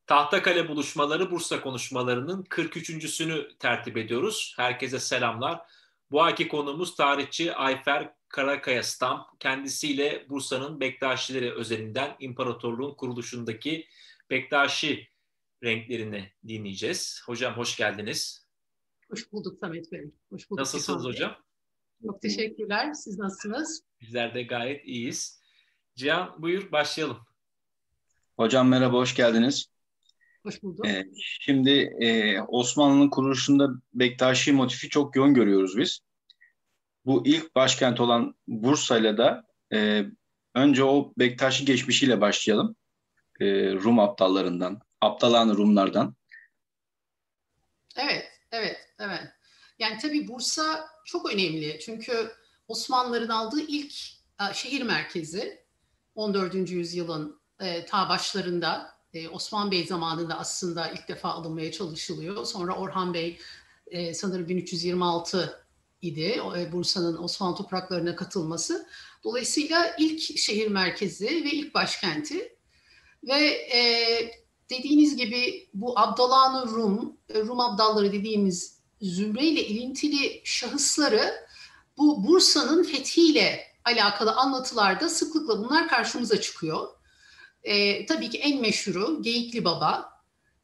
Tahtakale buluşmaları Bursa konuşmalarının 43.sünü tertip ediyoruz. Herkese selamlar. Bu ayki konuğumuz tarihçi Ayfer Karakaya-Stamp. Kendisiyle Bursa'nın Bektaşileri özelinden imparatorluğun kuruluşundaki Bektaşi renklerini dinleyeceğiz. Hocam hoş geldiniz. Hoş bulduk Samet Bey. Hoş bulduk Nasılsınız Cihan Bey. hocam? Çok teşekkürler. Siz nasılsınız? Bizler de gayet iyiyiz. Cihan buyur başlayalım. Hocam merhaba, hoş geldiniz. Hoş bulduk. Şimdi Osmanlı'nın kuruluşunda Bektaşi motifi çok yoğun görüyoruz biz. Bu ilk başkent olan Bursa'yla da önce o Bektaşi geçmişiyle başlayalım. Rum abdallarından, Abdalan Rumlardan. Evet. Yani tabii Bursa çok önemli. Çünkü Osmanlıların aldığı ilk şehir merkezi 14. yüzyılın ta başlarında Osman Bey zamanında aslında ilk defa alınmaya çalışılıyor. Sonra Orhan Bey sanırım 1326 idi Bursa'nın Osmanlı topraklarına katılması. Dolayısıyla ilk şehir merkezi ve ilk başkenti ve dediğiniz gibi bu Abdalan-ı Rum abdalları dediğimiz zümreyle ilintili şahısları bu Bursa'nın fethiyle alakalı anlatılarda sıklıkla bunlar karşımıza çıkıyor. Tabii ki en meşhuru Geyikli Baba,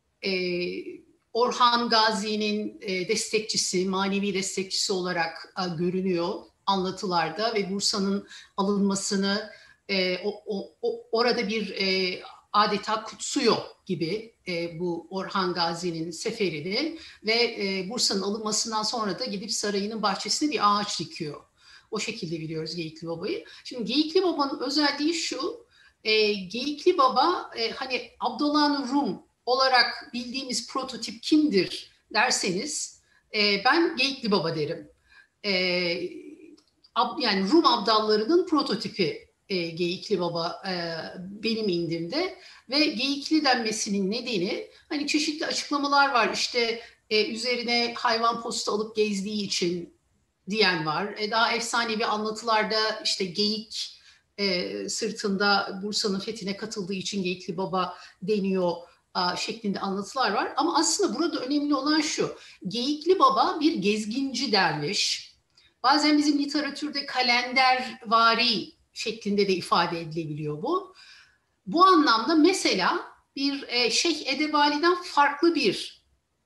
Orhan Gazi'nin destekçisi, manevi destekçisi olarak görünüyor anlatılarda ve Bursa'nın alınmasını orada bir adeta kutsuyor gibi bu Orhan Gazi'nin seferini ve Bursa'nın alınmasından sonra da gidip sarayının bahçesine bir ağaç dikiyor. O şekilde biliyoruz Geyikli Baba'yı. Şimdi Geyikli Baba'nın özelliği şu, Geyikli Baba hani Abdollah Rum olarak bildiğimiz prototip kimdir derseniz ben Geyikli Baba derim. Yani Rum abdallarının prototipi Geyikli Baba benim indimde ve Geyikli denmesinin nedeni hani çeşitli açıklamalar var. İşte üzerine hayvan postu alıp gezdiği için diyen var. Daha efsanevi anlatılarda işte geyik sırtında Bursa'nın fethine katıldığı için Geyikli Baba deniyor şeklinde anlatılar var. Ama aslında burada önemli olan şu. Geyikli Baba bir gezginci derviş. Bazen bizim literatürde kalendervari şeklinde de ifade edilebiliyor bu. Bu anlamda mesela bir Şeyh Edebali'den farklı bir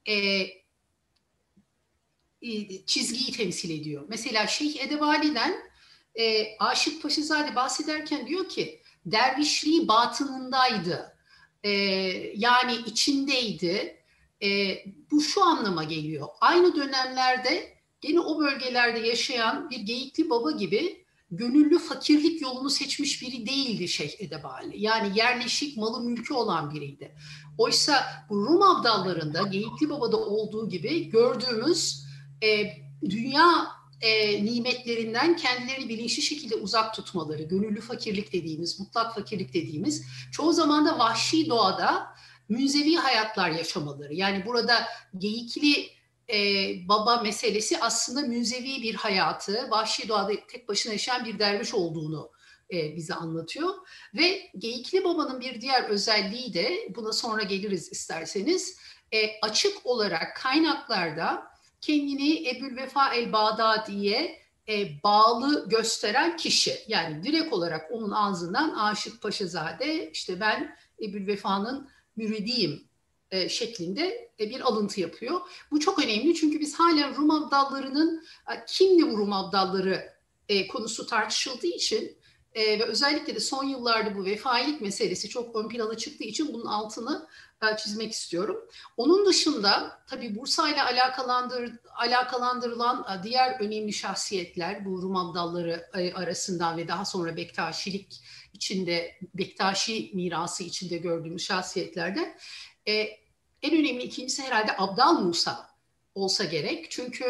çizgiyi temsil ediyor. Mesela Şeyh Edebali'den Aşık Paşazade bahsederken diyor ki dervişliği batınındaydı. Yani içindeydi. Bu şu anlama geliyor. Aynı dönemlerde gene o bölgelerde yaşayan bir Geyikli Baba gibi gönüllü fakirlik yolunu seçmiş biri değildi Şeyh Edebali. Yani yerleşik malı mülkü olan biriydi. Oysa bu Rum abdallarında Geyikli Baba'da olduğu gibi gördüğümüz dünya nimetlerinden kendilerini bilinçli şekilde uzak tutmaları, gönüllü fakirlik dediğimiz, mutlak fakirlik dediğimiz, çoğu zaman da vahşi doğada münzevi hayatlar yaşamaları. Yani burada Geyikli Baba meselesi aslında münzevi bir hayatı, vahşi doğada tek başına yaşayan bir derviş olduğunu bize anlatıyor. Ve Geyikli Baba'nın bir diğer özelliği de, buna sonra geliriz isterseniz, açık olarak kaynaklarda kendini Ebu'l-Vefa el-Bağdadi'ye bağlı gösteren kişi. Yani direkt olarak onun ağzından Aşık Paşazade, işte ben Ebu'l-Vefa'nın müridiyim şeklinde bir alıntı yapıyor. Bu çok önemli çünkü biz hala Rum abdallarının kimdi bu Rum abdalları konusu tartışıldığı için ve özellikle de son yıllarda bu vefailik meselesi çok ön plana çıktığı için bunun altını çizmek istiyorum. Onun dışında tabii Bursa ile alakalandırılan diğer önemli şahsiyetler bu Rum abdalları arasından ve daha sonra Bektaşilik içinde, Bektaşi mirası içinde gördüğümüz şahsiyetlerde en önemli ikincisi herhalde Abdal Musa olsa gerek. Çünkü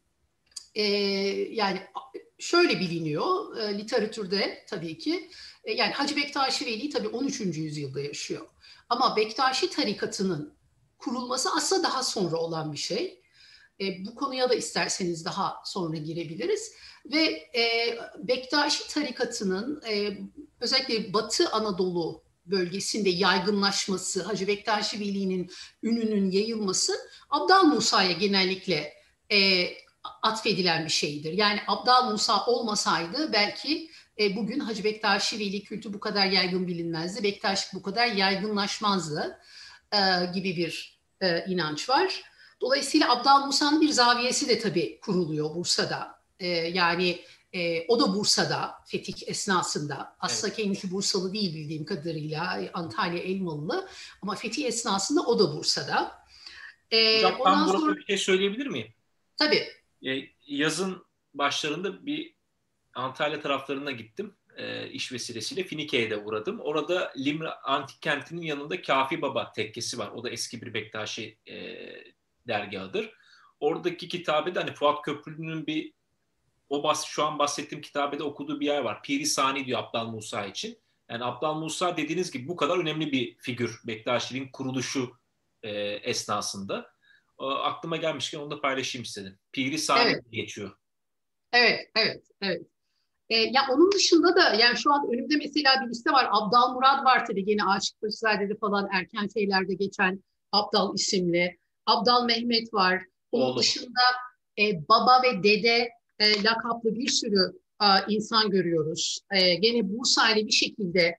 yani şöyle biliniyor literatürde tabii ki yani Hacı Bektaşi Veli tabii 13. yüzyılda yaşıyor. Ama Bektaşi tarikatının kurulması aslında daha sonra olan bir şey. Bu konuya da isterseniz daha sonra girebiliriz. Ve Bektaşi tarikatının özellikle Batı Anadolu bölgesinde yaygınlaşması, Hacı Bektaşi Veli'nin ününün yayılması Abdal Musa'ya genellikle atfedilen bir şeydir. Yani Abdal Musa olmasaydı belki bugün Hacı Bektaşi Veli kültü bu kadar yaygın bilinmezdi, Bektaşlık bu kadar yaygınlaşmazdı gibi bir inanç var. Dolayısıyla Abdal Musa'nın bir zaviyesi de tabii kuruluyor Bursa'da. Yani o da Bursa'da fetih esnasında. Aslında evet, kendisi Bursalı değil bildiğim kadarıyla, Antalya Elmalılı, ama fetih esnasında o da Bursa'da. Hocam tam burada bir şey söyleyebilir miyim? Tabii. Yazın başlarında bir Antalya taraflarına gittim. İş vesilesiyle Finike'ye de uğradım. Orada Limra Antik Kenti'nin yanında Kafi Baba tekkesi var. O da eski bir Bektaşi dergahıdır. Oradaki kitabede hani Fuat Köprülü'nün şu an bahsettiğim kitabede okuduğu bir yer var. Piri Sani diyor Abdal Musa için. Yani Abdal Musa dediğiniz gibi bu kadar önemli bir figür Bektaşiliğin kuruluşu esnasında. Aklıma gelmişken onu da paylaşayım istedim. Piri Sani evet, geçiyor. Evet. Ya onun dışında da yani şu an önümde mesela bir liste var. Abdal Murad var tabii, gene Aşık Paşazade'de falan erken şeylerde geçen Abdal isimli. Abdal Mehmet var. Onun dışında baba ve dede lakaplı bir sürü insan görüyoruz. Gene Bursa ile bir şekilde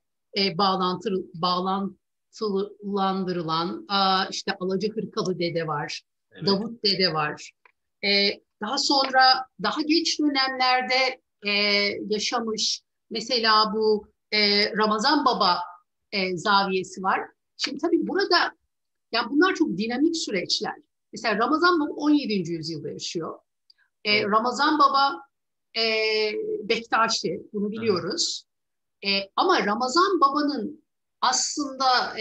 bağlantılandırılan işte Alacahırkalı dede var. Evet. Davut dede var. Daha sonra daha geç dönemlerde yaşamış mesela bu Ramazan Baba zaviyesi var. Şimdi tabii burada yani bunlar çok dinamik süreçler. Mesela Ramazan Baba 17. yüzyılda yaşıyor. Ramazan Baba Bektaşi, bunu biliyoruz. Ama Ramazan Baba'nın aslında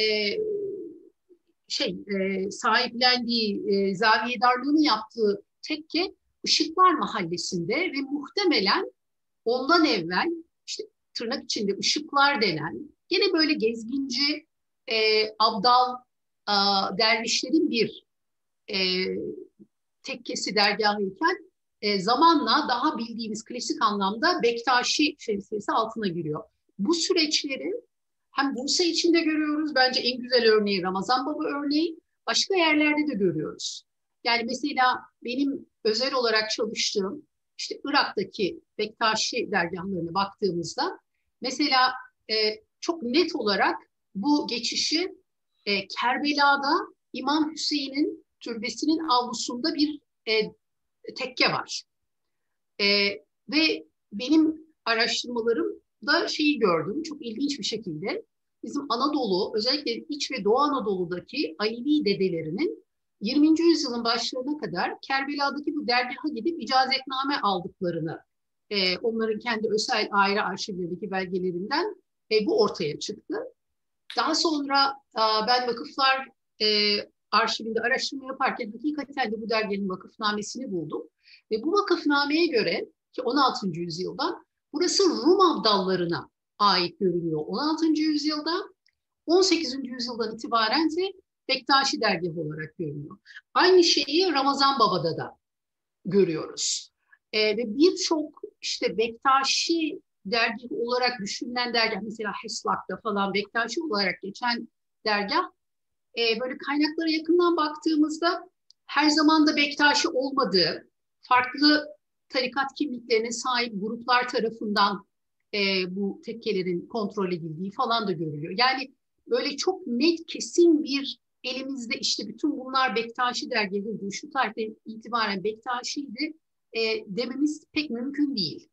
sahiplendiği, zaviyedarlığını yaptığı tekke Işıklar Mahallesi'nde ve muhtemelen ondan evvel işte tırnak içinde Işıklar denen gene böyle gezginci abdal dervişlerin bir tekkesi, dergahıyken zamanla daha bildiğimiz klasik anlamda Bektaşi şemsiyesi altına giriyor. Bu süreçleri hem Bursa içinde görüyoruz, bence en güzel örneği Ramazan Baba örneği, başka yerlerde de görüyoruz. Yani mesela benim özel olarak çalıştığım işte Irak'taki Bektaşi dergahlarına baktığımızda mesela çok net olarak bu geçişi Kerbela'da İmam Hüseyin'in türbesinin avlusunda bir tekke var. Ve benim araştırmalarımda şeyi gördüm, çok ilginç bir şekilde bizim Anadolu, özellikle İç ve Doğu Anadolu'daki Alevi dedelerinin 20. yüzyılın başlarına kadar Kerbela'daki bu dergaha gidip icazetname aldıklarını, onların kendi özel ayrı arşivlerindeki belgelerinden bu ortaya çıktı. Daha sonra ben vakıflar arşivinde araştırma yaparken hakikaten de bu derginin vakıfnamesini buldum. Ve bu vakıfnameye göre ki 16. yüzyıldan burası Rum abdallarına ait görünüyor 16. yüzyılda. 18. yüzyıldan itibaren de Bektaşi dergahı olarak görünüyor. Aynı şeyi Ramazan Baba'da da görüyoruz. Ve birçok işte Bektaşi dergahı olarak düşünülen dergah, mesela Heslak'ta falan Bektaşi olarak geçen dergah, böyle kaynaklara yakından baktığımızda her zaman da Bektaşi olmadığı, farklı tarikat kimliklerine sahip gruplar tarafından bu tekkelerin kontrol edildiği falan da görülüyor. Yani böyle çok net, kesin bir elimizde işte bütün bunlar Bektaşi dergahıydı, şu tarihten itibaren Bektaşi'ydi dememiz pek mümkün değil.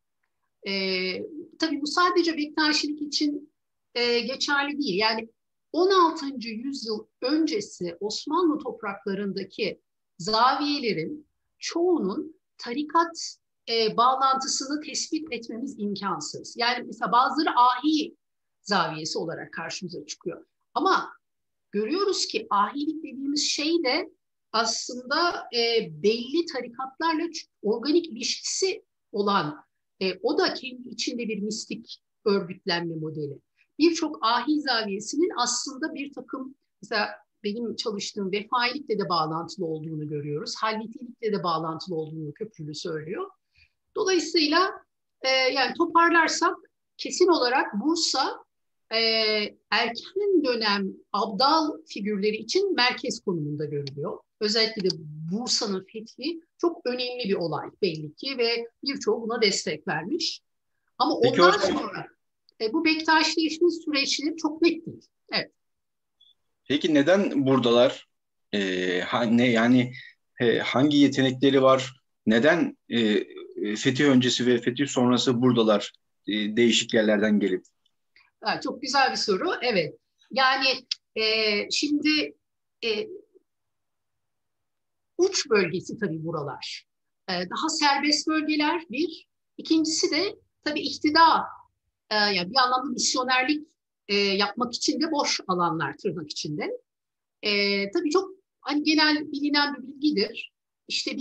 Tabii bu sadece Bektaşilik için geçerli değil. Yani 16. yüzyıl öncesi Osmanlı topraklarındaki zaviyelerin çoğunun tarikat bağlantısını tespit etmemiz imkansız. Yani mesela bazıları ahi zaviyesi olarak karşımıza çıkıyor. Ama görüyoruz ki ahilik dediğimiz şey de aslında belli tarikatlarla organik ilişkisi olan, o da kendi içinde bir mistik örgütlenme modeli. Birçok ahi zaviyesinin aslında bir takım, mesela benim çalıştığım vefailikle de bağlantılı olduğunu görüyoruz. Halvetilikle de bağlantılı olduğunu Köprülü söylüyor. Dolayısıyla yani toparlarsak kesin olarak Bursa erken dönem abdal figürleri için merkez konumunda görülüyor. Özellikle de Bursa'nın fethi çok önemli bir olay belli ki ve birçoğu buna destek vermiş. Ama Peki ondan hocam, sonra bu Bektaşileşme süreçleri çok net değil. Evet. peki neden buradalar? Yani hangi yetenekleri var? Neden fetih öncesi ve fetih sonrası buradalar değişik yerlerden gelip? Ha, çok güzel bir soru. Evet. Yani şimdi e, uç bölgesi tabii buralar. Daha serbest bölgeler bir. İkincisi de tabii iktidar. Yani bir anlamda misyonerlik yapmak için de boş alanlar tırnak içinde. Tabii çok hani genel bilinen bir bilgidir. İşte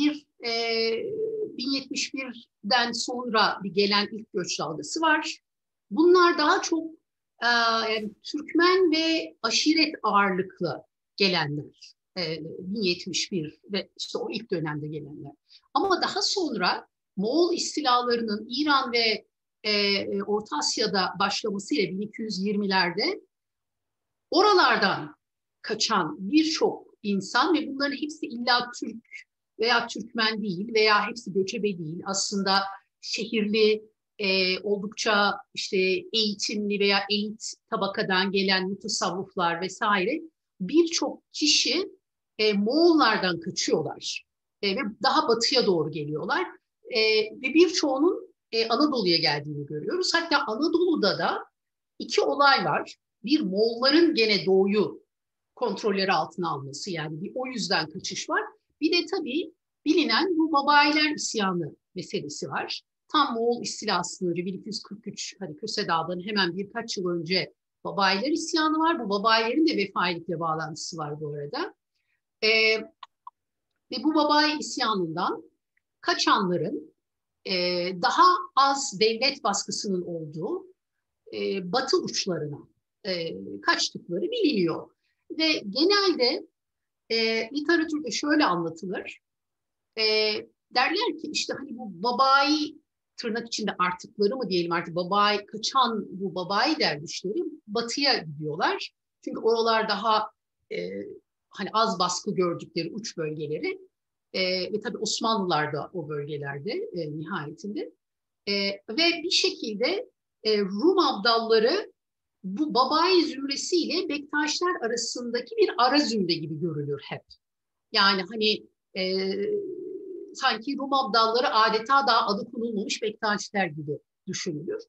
1071'den sonra bir gelen ilk göç dalgası var. Bunlar daha çok yani Türkmen ve aşiret ağırlıklı gelenler. 1071 ve işte o ilk dönemde gelenler. Ama daha sonra Moğol istilalarının İran ve Orta Asya'da başlamasıyla 1220'lerde oralardan kaçan birçok insan ve bunların hepsi illa Türk veya Türkmen değil veya hepsi göçebe değil. Aslında şehirli, oldukça işte eğitimli veya elit tabakadan gelen mutasavvıflar vesaire birçok kişi Moğollardan kaçıyorlar. Ve daha batıya doğru geliyorlar. Ve birçoğunun Anadolu'ya geldiğini görüyoruz. Hatta Anadolu'da da iki olay var. Bir, Moğolların gene doğuyu kontrolleri altına alması, yani bir o yüzden kaçış var. Bir de tabii bilinen bu Babayiler isyanı meselesi var. Tam Moğol istilasından önce 1243 hani Köse Dağı'ndan hemen birkaç yıl önce Babayiler isyanı var. Bu Babayilerin de vefailikle bağlantısı var bu arada. Ve bu Babayi isyanından kaçanların daha az devlet baskısının olduğu batı uçlarına kaçtıkları biliniyor. Ve genelde literatürde şöyle anlatılır. E, Derler ki işte hani bu babayi tırnak içinde artıkları mı diyelim artık babayi kaçan bu babayi dervişleri batıya gidiyorlar. Çünkü oralar daha hani az baskı gördükleri uç bölgeleri ve tabii Osmanlılar da o bölgelerde nihayetinde. Ve bir şekilde Rum abdalları bu Babayi zümresiyle Bektaşlar arasındaki bir ara zümre gibi görülür hep. Yani hani sanki Rum abdalları adeta daha adı konulmamış Bektaşlar gibi düşünülür.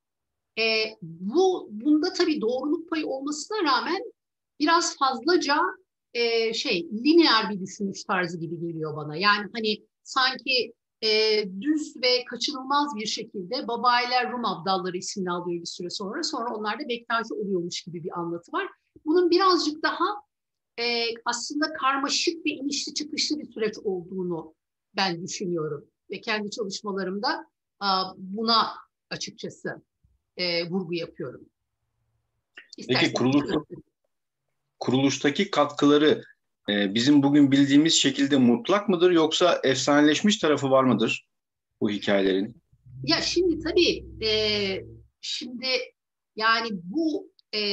Bunda tabii doğruluk payı olmasına rağmen biraz fazlaca lineer bir düşünüş tarzı gibi geliyor bana. Yani hani sanki düz ve kaçınılmaz bir şekilde Babayiler Rum abdalları ismini alıyor bir süre sonra onlar da Bektaşi oluyormuş gibi bir anlatı var. Bunun birazcık daha aslında karmaşık ve inişli çıkışlı bir süreç olduğunu ben düşünüyorum. Ve kendi çalışmalarımda buna açıkçası vurgu yapıyorum. Peki İsterseniz kuruluştaki katkıları bizim bugün bildiğimiz şekilde mutlak mıdır yoksa efsaneleşmiş tarafı var mıdır bu hikayelerin? ya şimdi tabii şimdi yani bu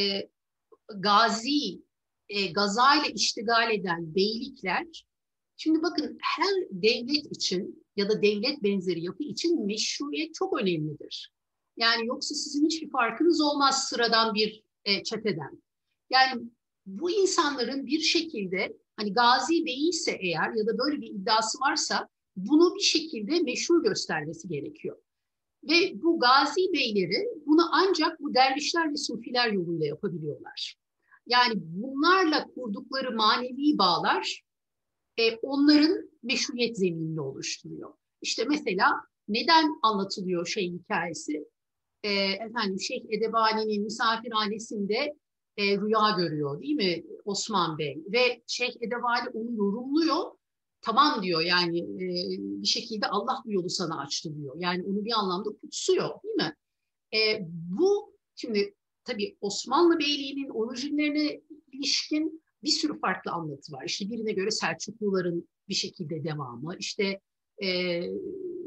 gazayla iştigal eden beylikler, şimdi bakın her devlet için ya da devlet benzeri yapı için meşruiyet çok önemlidir. Yani yoksa sizin hiçbir farkınız olmaz sıradan bir çeteden. Yani bu insanların bir şekilde hani Gazi Bey ise eğer ya da böyle bir iddiası varsa bunu bir şekilde meşru göstermesi gerekiyor. Ve bu Gazi Beyleri bunu ancak bu dervişler ve sufiler yoluyla yapabiliyorlar. Yani bunlarla kurdukları manevi bağlar onların meşruiyet zeminini oluşturuyor. İşte mesela neden anlatılıyor hikayesi? Efendim Şeyh Edebali'nin misafirhanesinde rüya görüyor değil mi Osman Bey? Ve Şeyh Edebali onu yorumluyor. Tamam diyor yani bir şekilde Allah bu yolu sana açtı diyor. Yani onu bir anlamda kutsuyor değil mi? Bu şimdi tabii Osmanlı Beyliği'nin orijinlerine ilişkin bir sürü farklı anlatı var. İşte birine göre Selçukluların bir şekilde devamı, işte e,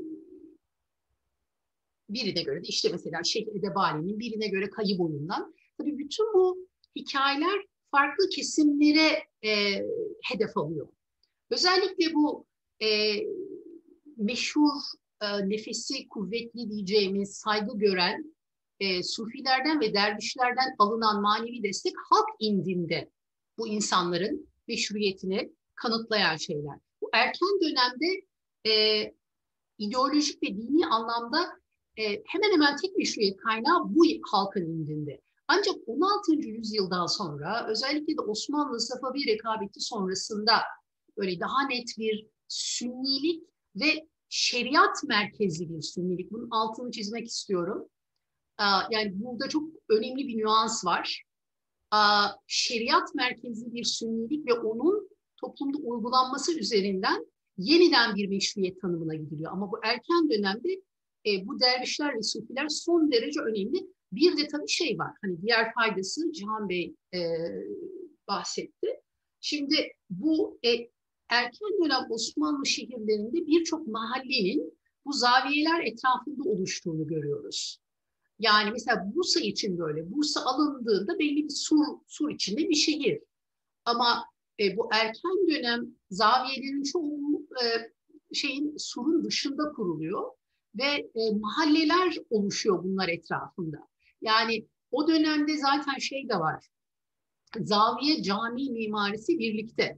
birine göre de işte mesela Şeyh Edebali'nin birine göre Kayıboyundan. Tabii bütün bu hikayeler farklı kesimlere hedef alıyor. Özellikle bu meşhur nefesi kuvvetli diyeceğimiz, saygı gören Sufilerden ve dervişlerden alınan manevi destek halk indinde bu insanların meşruiyetini kanıtlayan şeyler. Bu erken dönemde ideolojik ve dini anlamda hemen hemen tek meşruiyet kaynağı bu halkın indinde. Ancak 16. yüzyıldan sonra özellikle de Osmanlı-Safavi rekabeti sonrasında böyle daha net bir sünnilik ve şeriat merkezli bir sünnilik. Bunun altını çizmek istiyorum. Yani burada çok önemli bir nüans var. Şeriat merkezli bir sünnilik ve onun toplumda uygulanması üzerinden yeniden bir meşruiyet tanımına gidiliyor. Ama bu erken dönemde bu dervişler ve sufiler son derece önemli. Bir de tabii şey var, hani diğer faydası Cihan Bey bahsetti. Şimdi bu erken dönem Osmanlı şehirlerinde birçok mahallenin bu zaviyeler etrafında oluştuğunu görüyoruz. Yani mesela Bursa için böyle. Bursa alındığında belli bir sur içinde bir şehir. Ama bu erken dönem zaviyelerin çoğu surun dışında kuruluyor ve mahalleler oluşuyor bunlar etrafında. Yani o dönemde zaten şey de var. Zaviye cami mimarisi birlikte.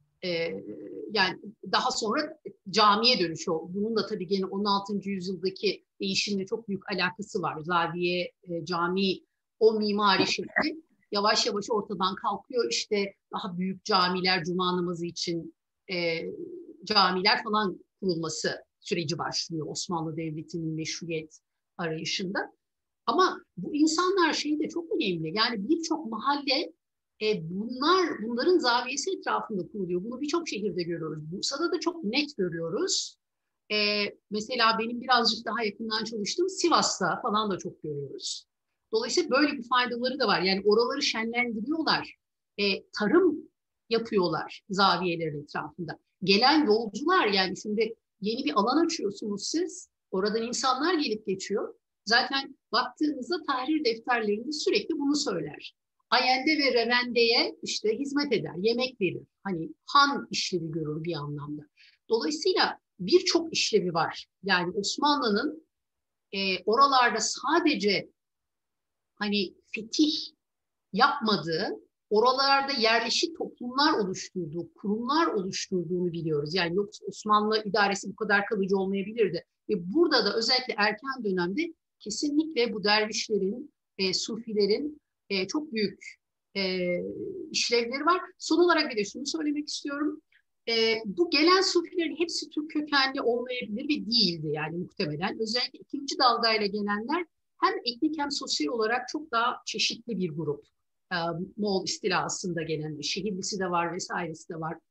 Yani daha sonra camiye dönüşüyor. Bunun da tabii gene 16. yüzyıldaki değişimle çok büyük alakası var. Zaviye, cami, o mimari şekli yavaş yavaş ortadan kalkıyor. İşte daha büyük camiler, cuma namazı için camiler falan kurulması süreci başlıyor Osmanlı Devleti'nin meşruiyet arayışında. Ama bu insanlar şey de çok önemli. Yani birçok mahalle bunların zaviyesi etrafında kuruluyor. Bunu birçok şehirde görüyoruz. Bursa'da da çok net görüyoruz. Mesela benim birazcık daha yakından çalıştığım Sivas'ta falan da çok görüyoruz. Dolayısıyla böyle bir faydaları da var. Yani oraları şenlendiriyorlar. Tarım yapıyorlar zaviyelerin etrafında. Gelen yolcular, yani şimdi yeni bir alan açıyorsunuz siz. Oradan insanlar gelip geçiyor. Zaten baktığınızda tahrir defterlerinde sürekli bunu söyler. Ayende ve revendeye işte hizmet eder, yemek verir. Hani han işlevi görür bir anlamda. Dolayısıyla birçok işlevi var. Yani Osmanlı'nın oralarda sadece hani fetih yapmadığı, oralarda yerleşik toplumlar oluşturduğu, kurumlar oluşturduğunu biliyoruz. Yani yoksa Osmanlı idaresi bu kadar kalıcı olmayabilirdi. Ve burada da özellikle erken dönemde kesinlikle bu dervişlerin, sufilerin çok büyük işlevleri var. Son olarak bir de şunu söylemek istiyorum. Bu gelen sufilerin hepsi Türk kökenli olmayabilir ve değildi yani muhtemelen. Özellikle ikinci dalgayla gelenler hem etnik hem sosyal olarak çok daha çeşitli bir grup. Moğol istilasında gelen şehirlisi de var vesairesi de var.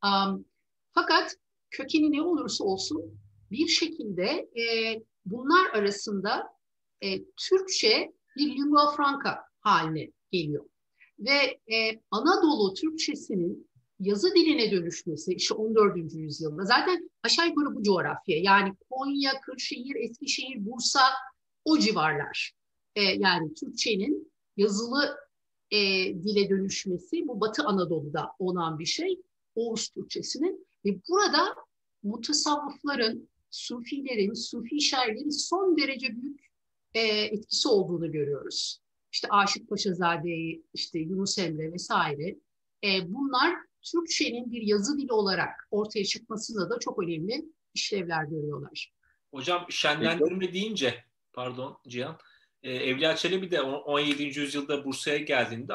Fakat kökeni ne olursa olsun bir şekilde bunlar arasında Türkçe bir lingua franca haline geliyor. Ve Anadolu Türkçesinin yazı diline dönüşmesi işte 14. yüzyılda zaten aşağı yukarı bu coğrafya, yani Konya, Kırşehir, Eskişehir, Bursa, o civarlar. Yani Türkçenin yazılı dile dönüşmesi bu Batı Anadolu'da olan bir şey. Oğuz Türkçesinin ve burada mutasavvıfların, sufilerin, sufi şairlerin son derece büyük etkisi olduğunu görüyoruz. İşte Aşık Paşazade'yi, işte Yunus Emre vesaire. Bunlar Türkçenin bir yazı dili olarak ortaya çıkmasında da çok önemli işlevler görüyorlar. Hocam şenlendirme deyince, pardon Cihan, Evliya Çelebi de 17. yüzyılda Bursa'ya geldiğinde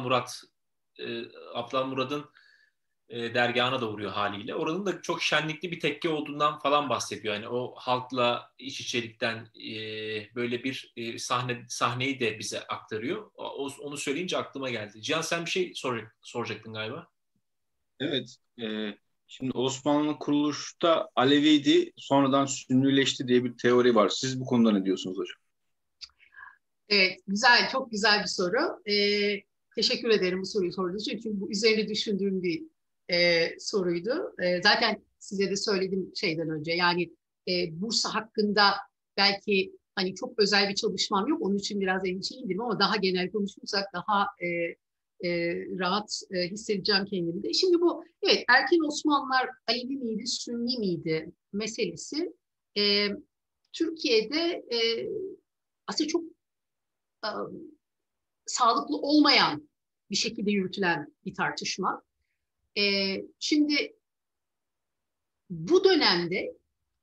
Abdal Murad'ın dergahına da uğruyor haliyle. Oranın da çok şenlikli bir tekke olduğundan falan bahsediyor. Yani o halkla iç içelikten böyle bir sahneyi de bize aktarıyor. Onu söyleyince aklıma geldi. Cihan, sen bir şey soracaktın galiba. Evet. Şimdi Osmanlı'nın kuruluşta Aleviydi, sonradan Sünnileşti diye bir teori var. Siz bu konuda ne diyorsunuz hocam? Evet, güzel, çok güzel bir soru. Teşekkür ederim bu soruyu sorduğunuz için. Çünkü bu üzerine düşündüğüm bir soruydu. Zaten size de söyledim şeyden önce. Yani Bursa hakkında belki Hani çok özel bir çalışmam yok. Onun için biraz endişeliyim ama daha genel konuşursak daha rahat hissedeceğim kendimi de. Şimdi bu evet erken Osmanlılar Alevi miydi, Sünni miydi meselesi Türkiye'de aslında çok e, sağlıklı olmayan bir şekilde yürütülen bir tartışma. Şimdi bu dönemde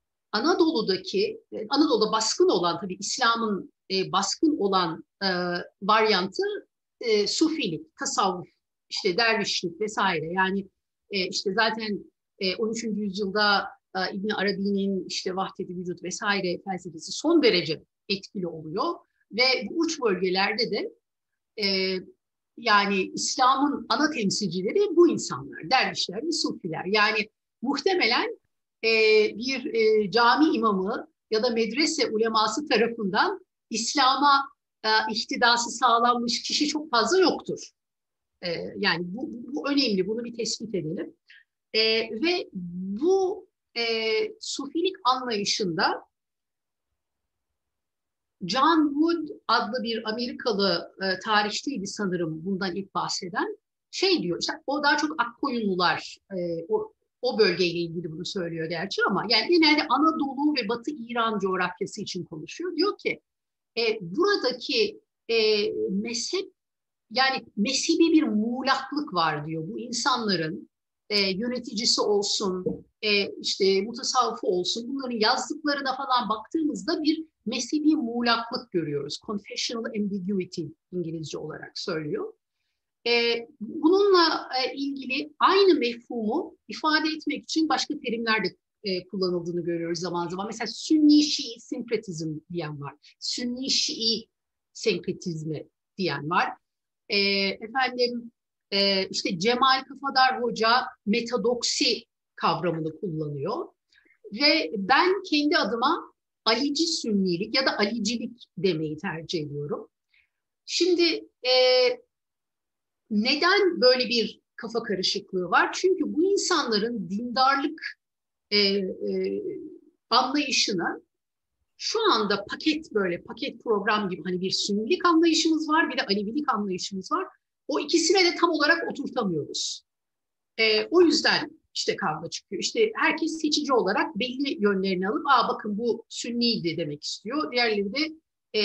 Anadolu'da baskın olan tabii İslam'ın baskın olan varyantı Sufilik, tasavvuf, işte dervişlik vesaire. Yani işte zaten 13. yüzyılda İbn Arabi'nin işte vahdet-i vücut vesaire felsefesi son derece etkili oluyor ve bu uç bölgelerde de yani İslam'ın ana temsilcileri bu insanlar, dervişler ve sufiler. Yani muhtemelen bir cami imamı ya da medrese uleması tarafından İslam'a ihtidası sağlanmış kişi çok fazla yoktur. Yani bu önemli, bunu bir tespit edelim. Ve bu sufilik anlayışında John Wood adlı bir Amerikalı tarihçiydi sanırım bundan ilk bahseden. Şey diyor, işte o daha çok Akkoyunlular, o bölgeyle ilgili bunu söylüyor gerçi ama yani genelde Anadolu ve Batı İran coğrafyası için konuşuyor. Diyor ki buradaki mezhep yani mezhebi bir muğlaklık var diyor. Bu insanların yöneticisi olsun, işte mutasavvıfı olsun bunların yazdıklarına falan baktığımızda bir mezhebi muğlaklık görüyoruz. Confessional ambiguity İngilizce olarak söylüyor. Bununla ilgili aynı mefhumu ifade etmek için başka terimler de kullanıldığını görüyoruz zaman zaman. Mesela Sünni-Şii sinkretizm diyen var. Sünni-Şii senkretizmi diyen var. İşte Cemal Kafadar Hoca metadoksi kavramını kullanıyor. Ve ben kendi adıma Alici Sünnilik ya da Alicilik demeyi tercih ediyorum. Şimdi neden böyle bir kafa karışıklığı var? Çünkü bu insanların dindarlık anlayışını şu anda paket program gibi hani bir Sünnilik anlayışımız var, bir de Alevilik anlayışımız var. O ikisine de tam olarak oturtamıyoruz. O yüzden işte kavga çıkıyor. İşte herkes seçici olarak belli yönlerini alıp bakın bu Sünniydi demek istiyor. Diğerleri de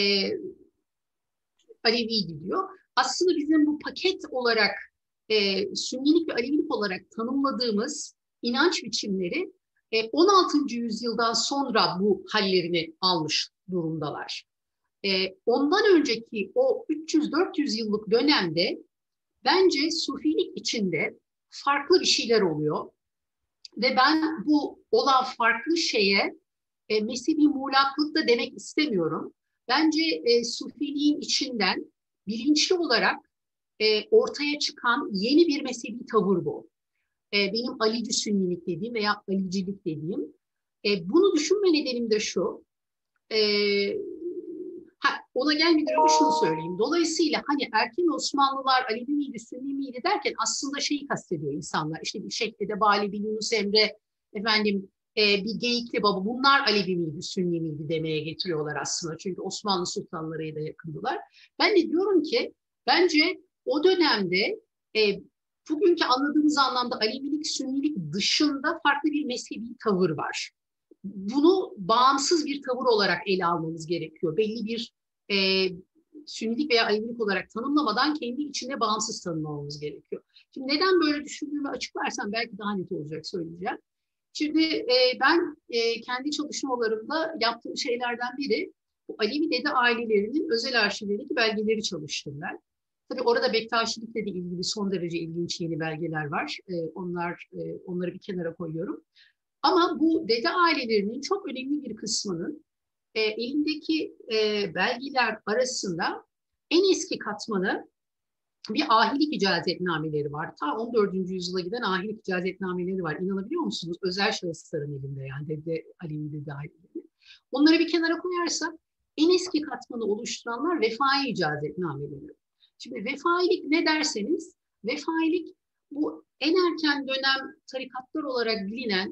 Aleviydi diyor. Aslında bizim bu paket olarak Sünnilik ve Alevilik olarak tanımladığımız inanç biçimleri 16. yüzyıldan sonra bu hallerini almış durumdalar. Ondan önceki o 300-400 yıllık dönemde bence Sufilik içinde farklı bir şeyler oluyor. Ve ben bu olan farklı şeye mezhebi muğlaklık da demek istemiyorum. Bence Sufiliğin içinden bilinçli olarak ortaya çıkan yeni bir mezhebi tavır bu. Benim Alici Sünnilik dediğim veya Alicilik dediğim. Bunu düşünme nedenim de şu. Ona gelmeden önce şunu söyleyeyim. Dolayısıyla hani erken Osmanlılar Alevi miydi, Sünni miydi derken aslında şeyi kastediyor insanlar. İşte bir Şeyh Edebali, bir Yunus Emre, bir Geyikli Baba. Bunlar Alevi miydi, Sünni miydi demeye getiriyorlar aslında. Çünkü Osmanlı sultanlarıyla yakındılar. Ben de diyorum ki bence o dönemde bugünkü anladığımız anlamda Alevilik, Sünnilik dışında farklı bir mezhebi tavır var. Bunu bağımsız bir tavır olarak ele almamız gerekiyor. Belli bir Sünnilik veya Alevilik olarak tanımlamadan kendi içinde bağımsız tanımlamamız gerekiyor. Şimdi neden böyle düşündüğümü açıklarsam belki daha net olacak söyleyeceğim. Şimdi ben kendi çalışmalarımda yaptığım şeylerden biri bu Alevi dede ailelerinin özel arşivlerindeki belgeleri çalıştım ben. Tabii orada Bektaşilikle de ilgili son derece ilginç yeni belgeler var. Onları bir kenara koyuyorum. Ama bu dede ailelerinin çok önemli bir kısmının elindeki belgeler arasında en eski katmanı bir ahilik icazetnameleri var. Ta 14. yüzyıla giden ahilik icazetnameleri var. İnanabiliyor musunuz? Özel şahısların elinde yani dede Alevi dede aileleri. Onları bir kenara koyarsak en eski katmanı oluşturanlar vefai icazetnameleri. Şimdi vefailik ne derseniz, vefailik bu en erken dönem tarikatlar olarak bilinen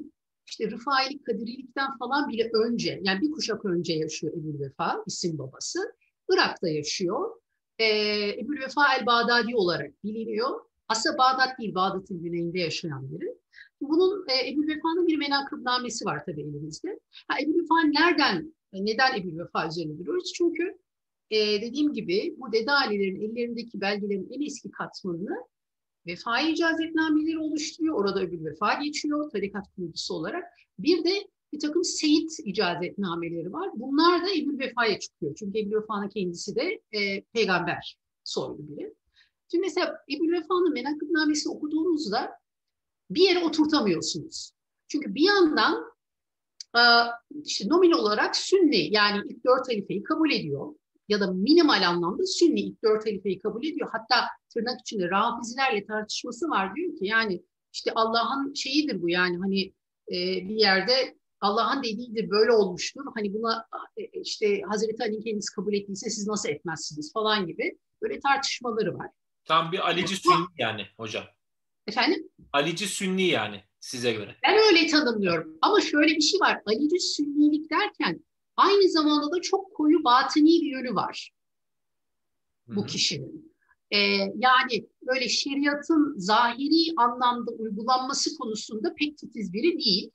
işte Rıfailik, Kadirilikten falan bile önce, yani bir kuşak önce yaşıyor Ebu'l-Vefa, isim babası. Irak'ta yaşıyor. Ebu'l-Vefa el-Bağdadi olarak biliniyor. Aslında Bağdat değil, Bağdat'ın güneyinde yaşayan biri. Bunun Ebu'l-Vefa'nın bir menakıbnamesi var tabii elimizde. Ebu'l-Vefa neden Ebu'l-Vefa üzerine duruyoruz? Çünkü dediğim gibi bu Dede Ali'lerin ellerindeki belgelerin en eski katmanını Vefai icazetnameleri oluşturuyor. Orada Ebu'l-Vefa geçiyor tarikat kurucusu olarak. Bir de bir takım seyit icazetnameleri var. Bunlar da Ebu'l-Vefa'ya çıkıyor. Çünkü Ebu'l-Vefa'nın kendisi de peygamber soylu biri. Şimdi mesela Ebu'l-Vefa'nın menakıbnamesini okuduğunuzda bir yere oturtamıyorsunuz. Çünkü bir yandan işte nominal olarak Sünni, yani ilk 4 halifeyi kabul ediyor. Ya da minimal anlamda Sünni ilk 4 halifeyi kabul ediyor. Hatta tırnak içinde Rafizilerle tartışması var, diyor ki yani işte Allah'ın şeyidir bu, yani hani bir yerde Allah'ın dediğidir, böyle olmuştur. Hani buna işte Hazreti Ali'nin kendisi kabul ettiyse siz nasıl etmezsiniz falan gibi böyle tartışmaları var. Tam bir Alici Sünni yani hocam. Efendim? Alici Sünni yani size göre. Ben öyle tanımlıyorum. Ama şöyle bir şey var. Alici Sünnilik derken aynı zamanda da çok koyu batıni bir yönü var bu Hı-hı. kişinin. Yani böyle şeriatın zahiri anlamda uygulanması konusunda pek titiz biri değil.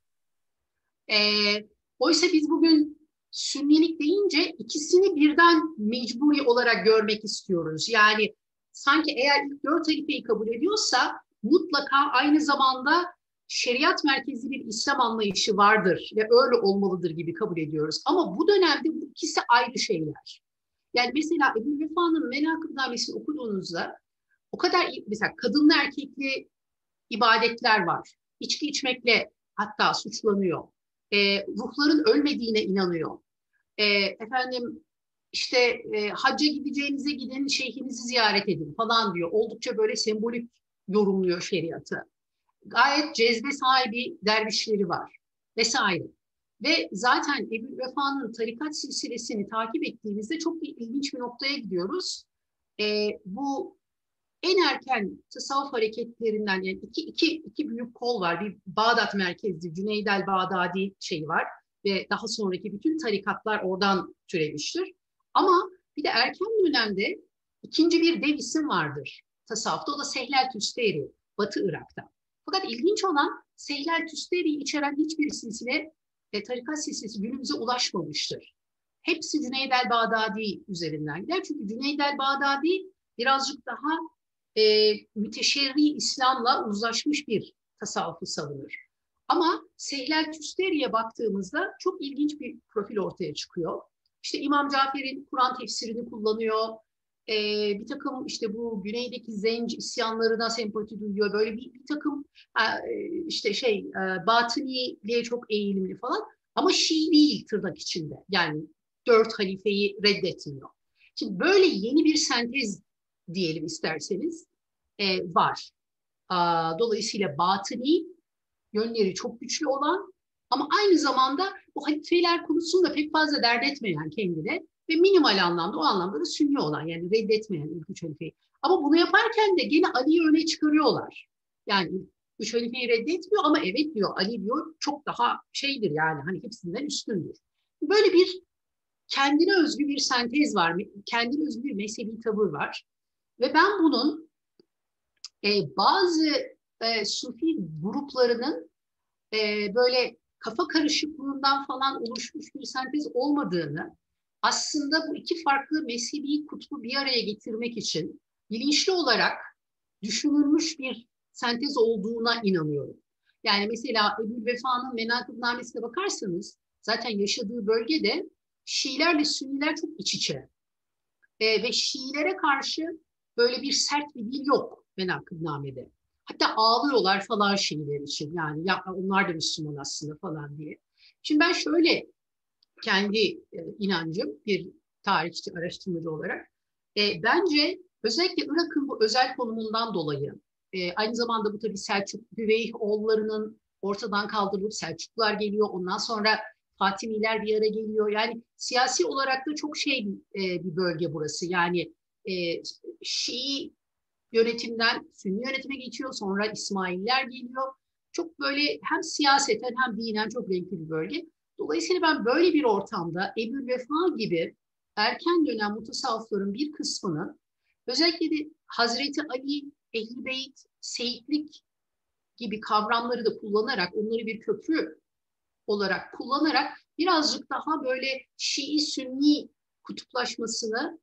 Oysa biz bugün Sünnilik deyince ikisini birden mecburi olarak görmek istiyoruz. Yani sanki eğer ilk 4 halifeyi kabul ediyorsa mutlaka aynı zamanda şeriat merkezli bir İslam anlayışı vardır ve öyle olmalıdır gibi kabul ediyoruz. Ama bu dönemde bu ikisi ayrı şeyler. Yani mesela Ebu'l-Vefa'nın menakıbnamesini okuduğunuzda o kadar, mesela kadınlı erkekli ibadetler var. İçki içmekle hatta suçlanıyor. Ruhların ölmediğine inanıyor. Efendim işte hacca gideceğinize gidin, şeyhinizi ziyaret edin falan diyor. Oldukça böyle sembolik yorumluyor şeriatı. Gayet cezbe sahibi dervişleri var vesaire. Ve zaten Ebu'l-Vefa'nın tarikat silsilesini takip ettiğimizde çok ilginç bir noktaya gidiyoruz. Bu en erken tasavvuf hareketlerinden, yani iki büyük kol var. Bir Bağdat merkezli Cüneyd el-Bağdadi şeyi var ve daha sonraki bütün tarikatlar oradan türemiştir. Ama bir de erken dönemde ikinci bir dev isim vardır tasavvufta. O da Sehlel Tüsteri, Batı Irak'ta. Fakat ilginç olan, Sehlel Tüsteri'yi içeren hiçbir silsile, tarikat silsilesi günümüze ulaşmamıştır. Hepsi Cüneyd el-Bağdadi üzerinden gider. Çünkü Cüneyd el-Bağdadi birazcık daha müteşerri İslam'la uzlaşmış bir tasavvufu savunur. Ama Sehlel Tüsteri'ye baktığımızda çok ilginç bir profil ortaya çıkıyor. İşte İmam Cafer'in Kur'an tefsirini kullanıyor. Bir takım işte bu güneydeki Zenc isyanlarına sempati duyuyor. Böyle bir takım işte batıniliğe çok eğilimli falan. Ama Şii değil tırnak içinde. Yani 4 halifeyi reddetmiyor. Şimdi böyle yeni bir sentez diyelim isterseniz var. Dolayısıyla batıni yönleri çok güçlü olan ama aynı zamanda bu halifeler konusunda pek fazla dert etmeyen kendine ve minimal anlamda, o anlamda da sünni olan, yani reddetmeyen ilk 3 halifeyi. Ama bunu yaparken de gene Ali'yi öne çıkarıyorlar. Yani 3 halifeyi reddetmiyor ama evet diyor, Ali diyor çok daha şeydir, yani hani hepsinden üstündür. Böyle bir kendine özgü bir sentez var, kendine özgü bir mezhebi tavır var. Ve ben bunun bazı Sufi gruplarının böyle kafa karışıklığından falan oluşmuş bir sentez olmadığını, aslında bu iki farklı mezhebi kutbu bir araya getirmek için bilinçli olarak düşünülmüş bir sentez olduğuna inanıyorum. Yani mesela Ebu'l-Vefa'nın menakıbnamesine bakarsanız zaten yaşadığı bölgede Şiilerle Sünniler çok iç içe. Ve Şiilere karşı böyle bir sert bir dil yok menakıbnamede. Hatta ağlıyorlar falan Şiiler için. Yani ya onlar da Müslüman aslında falan diye. Şimdi ben şöyle, kendi inancım bir tarihçi, araştırmacı olarak bence özellikle Irak'ın bu özel konumundan dolayı, aynı zamanda bu tabii Selçuk Hüveyhoğullarının ortadan kaldırılıp Selçuklular geliyor. Ondan sonra Fatimiler bir araya geliyor. Yani siyasi olarak da çok bir bölge burası. Yani Şii yönetimden Sünni yönetime geçiyor. Sonra İsmaililer geliyor. çok böyle hem siyaseten hem dinen çok renkli bir bölge. Dolayısıyla ben böyle bir ortamda Ebu'l-Vefa gibi erken dönem mutasavvıfların bir kısmını özellikle de Hazreti Ali, Ehl-i Beyt, Seyitlik gibi kavramları da kullanarak, onları bir köprü olarak kullanarak birazcık daha böyle Şii-Sünni kutuplaşmasını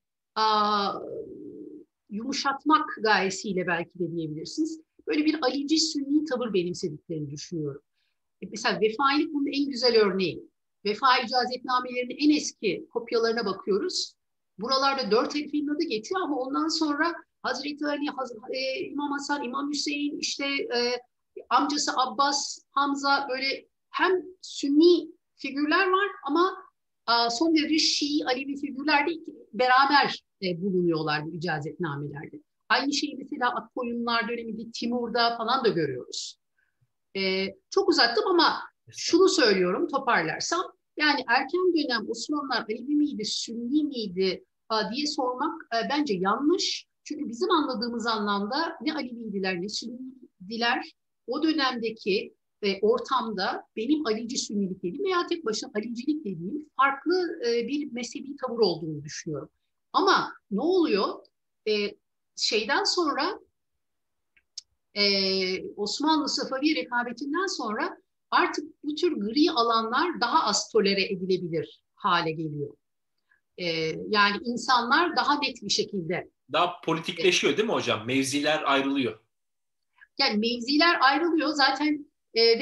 yumuşatmak gayesiyle belki de diyebilirsiniz. Böyle bir Alici-Sünni tavır benimsediklerini düşünüyorum. Mesela Vefailik bunun en güzel örneği. Vefa icazetnamelerinin en eski kopyalarına bakıyoruz. Buralarda 4 halifenin adı geçiyor ama ondan sonra Hazreti Ali, İmam Hasan, İmam Hüseyin, işte amcası Abbas, Hamza, böyle hem Sünni figürler var ama son derece Şii, Alevi figürler de beraber bulunuyorlar bu icazetnamelerde. Aynı şeyi mesela Akkoyunlular döneminde Timur'da falan da görüyoruz. Çok uzattım ama şunu söylüyorum toparlarsam, yani erken dönem Osmanlılar Alevi miydi, Sünni miydi diye sormak bence yanlış. Çünkü bizim anladığımız anlamda ne Aleviydiler ne Sünnidiler. O dönemdeki ortamda benim Alici Sünnilik dediğim veya tek başına Alicilik dediğim farklı bir mezhebi tavır olduğunu düşünüyorum. Ama ne oluyor? Şeyden sonra Osmanlı Safavi rekabetinden sonra artık bu tür gri alanlar daha az tolere edilebilir hale geliyor. Yani insanlar daha net bir şekilde. Daha politikleşiyor değil mi hocam? Mevziler ayrılıyor. Yani mevziler ayrılıyor zaten ve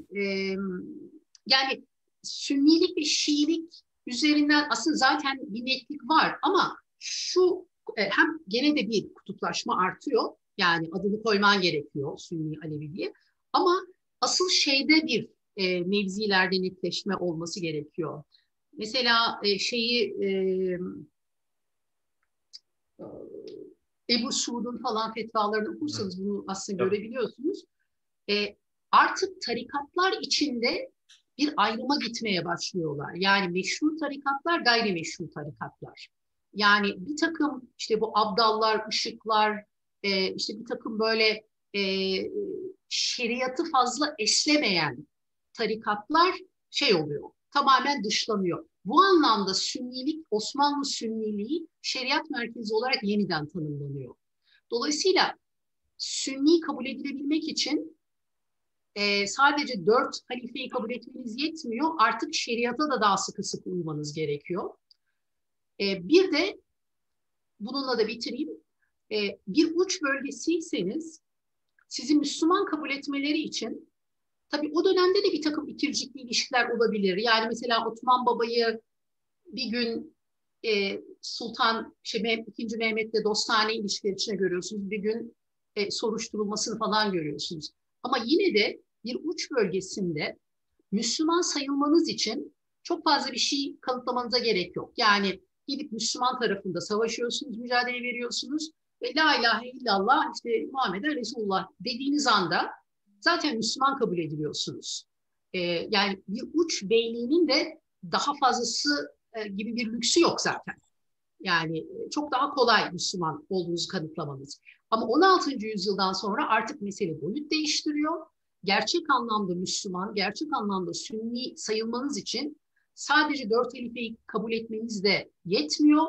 yani Sünnilik ve Şiilik üzerinden aslında zaten bir netlik var ama şu hem gene de bir kutuplaşma artıyor. Yani adını koyman gerekiyor Sünni Alevi diye. Ama asıl şeyde bir mevzilerde netleşme olması gerekiyor. Mesela Ebu Suud'un falan fetvalarını okursanız bunu aslında görebiliyorsunuz. Artık tarikatlar içinde bir ayrıma gitmeye başlıyorlar. Yani meşru tarikatlar, gayrimeşru tarikatlar. Yani bir takım işte bu abdallar, ışıklar, işte bir takım böyle şeriatı fazla eslemeyen tarikatlar oluyor, tamamen dışlanıyor. Bu anlamda Sünnilik, Osmanlı Sünniliği şeriat merkezi olarak yeniden tanımlanıyor. Dolayısıyla Sünni kabul edilebilmek için sadece 4 halifeyi kabul etmeniz yetmiyor. Artık şeriata da daha sıkı sıkı uymanız gerekiyor. Bir de bununla da bitireyim. Bir uç bölgesiyseniz sizi Müslüman kabul etmeleri için tabii o dönemde de bir takım ikircikli ilişkiler olabilir. Yani mesela Osman Baba'yı bir gün Sultan II. Mehmet'le dostane ilişkiler içine görüyorsunuz. Bir gün soruşturulmasını falan görüyorsunuz. Ama yine de bir uç bölgesinde Müslüman sayılmanız için çok fazla bir şey kanıtlamanıza gerek yok. Yani gidip Müslüman tarafında savaşıyorsunuz, mücadele veriyorsunuz ve La ilahe illallah işte Muhammeden Resulullah dediğiniz anda zaten Müslüman kabul ediliyorsunuz. Yani bir uç beyliğinin de daha fazlası gibi bir lüksü yok zaten. Yani çok daha kolay Müslüman olduğunuzu kanıtlamanız. Ama 16. yüzyıldan sonra artık mesele boyut değiştiriyor. Gerçek anlamda Müslüman, gerçek anlamda Sünni sayılmanız için sadece 4 halifeyi kabul etmeniz de yetmiyor.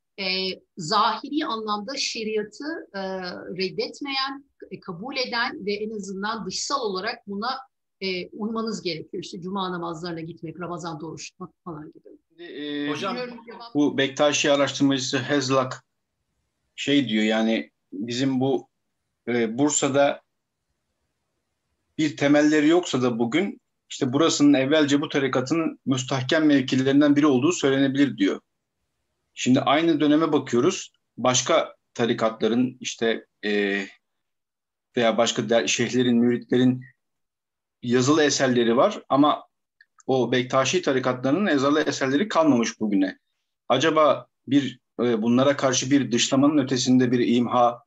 Zahiri anlamda şeriatı reddetmeyen, kabul eden ve en azından dışsal olarak buna uymanız gerekiyor. İşte cuma namazlarına gitmek, Ramazan'da oruç tutmak falan gibi. Hocam bu Bektaşi araştırmacısı Hezlak diyor, yani bizim bu Bursa'da bir temelleri yoksa da bugün işte burasının evvelce bu tarikatın müstahkem mevkilerinden biri olduğu söylenebilir diyor. Şimdi aynı döneme bakıyoruz. Başka tarikatların işte veya başka şeyhlerin, müritlerin yazılı eserleri var ama o Bektaşi tarikatlarının yazılı eserleri kalmamış bugüne. Acaba bunlara karşı bir dışlamanın ötesinde bir imha,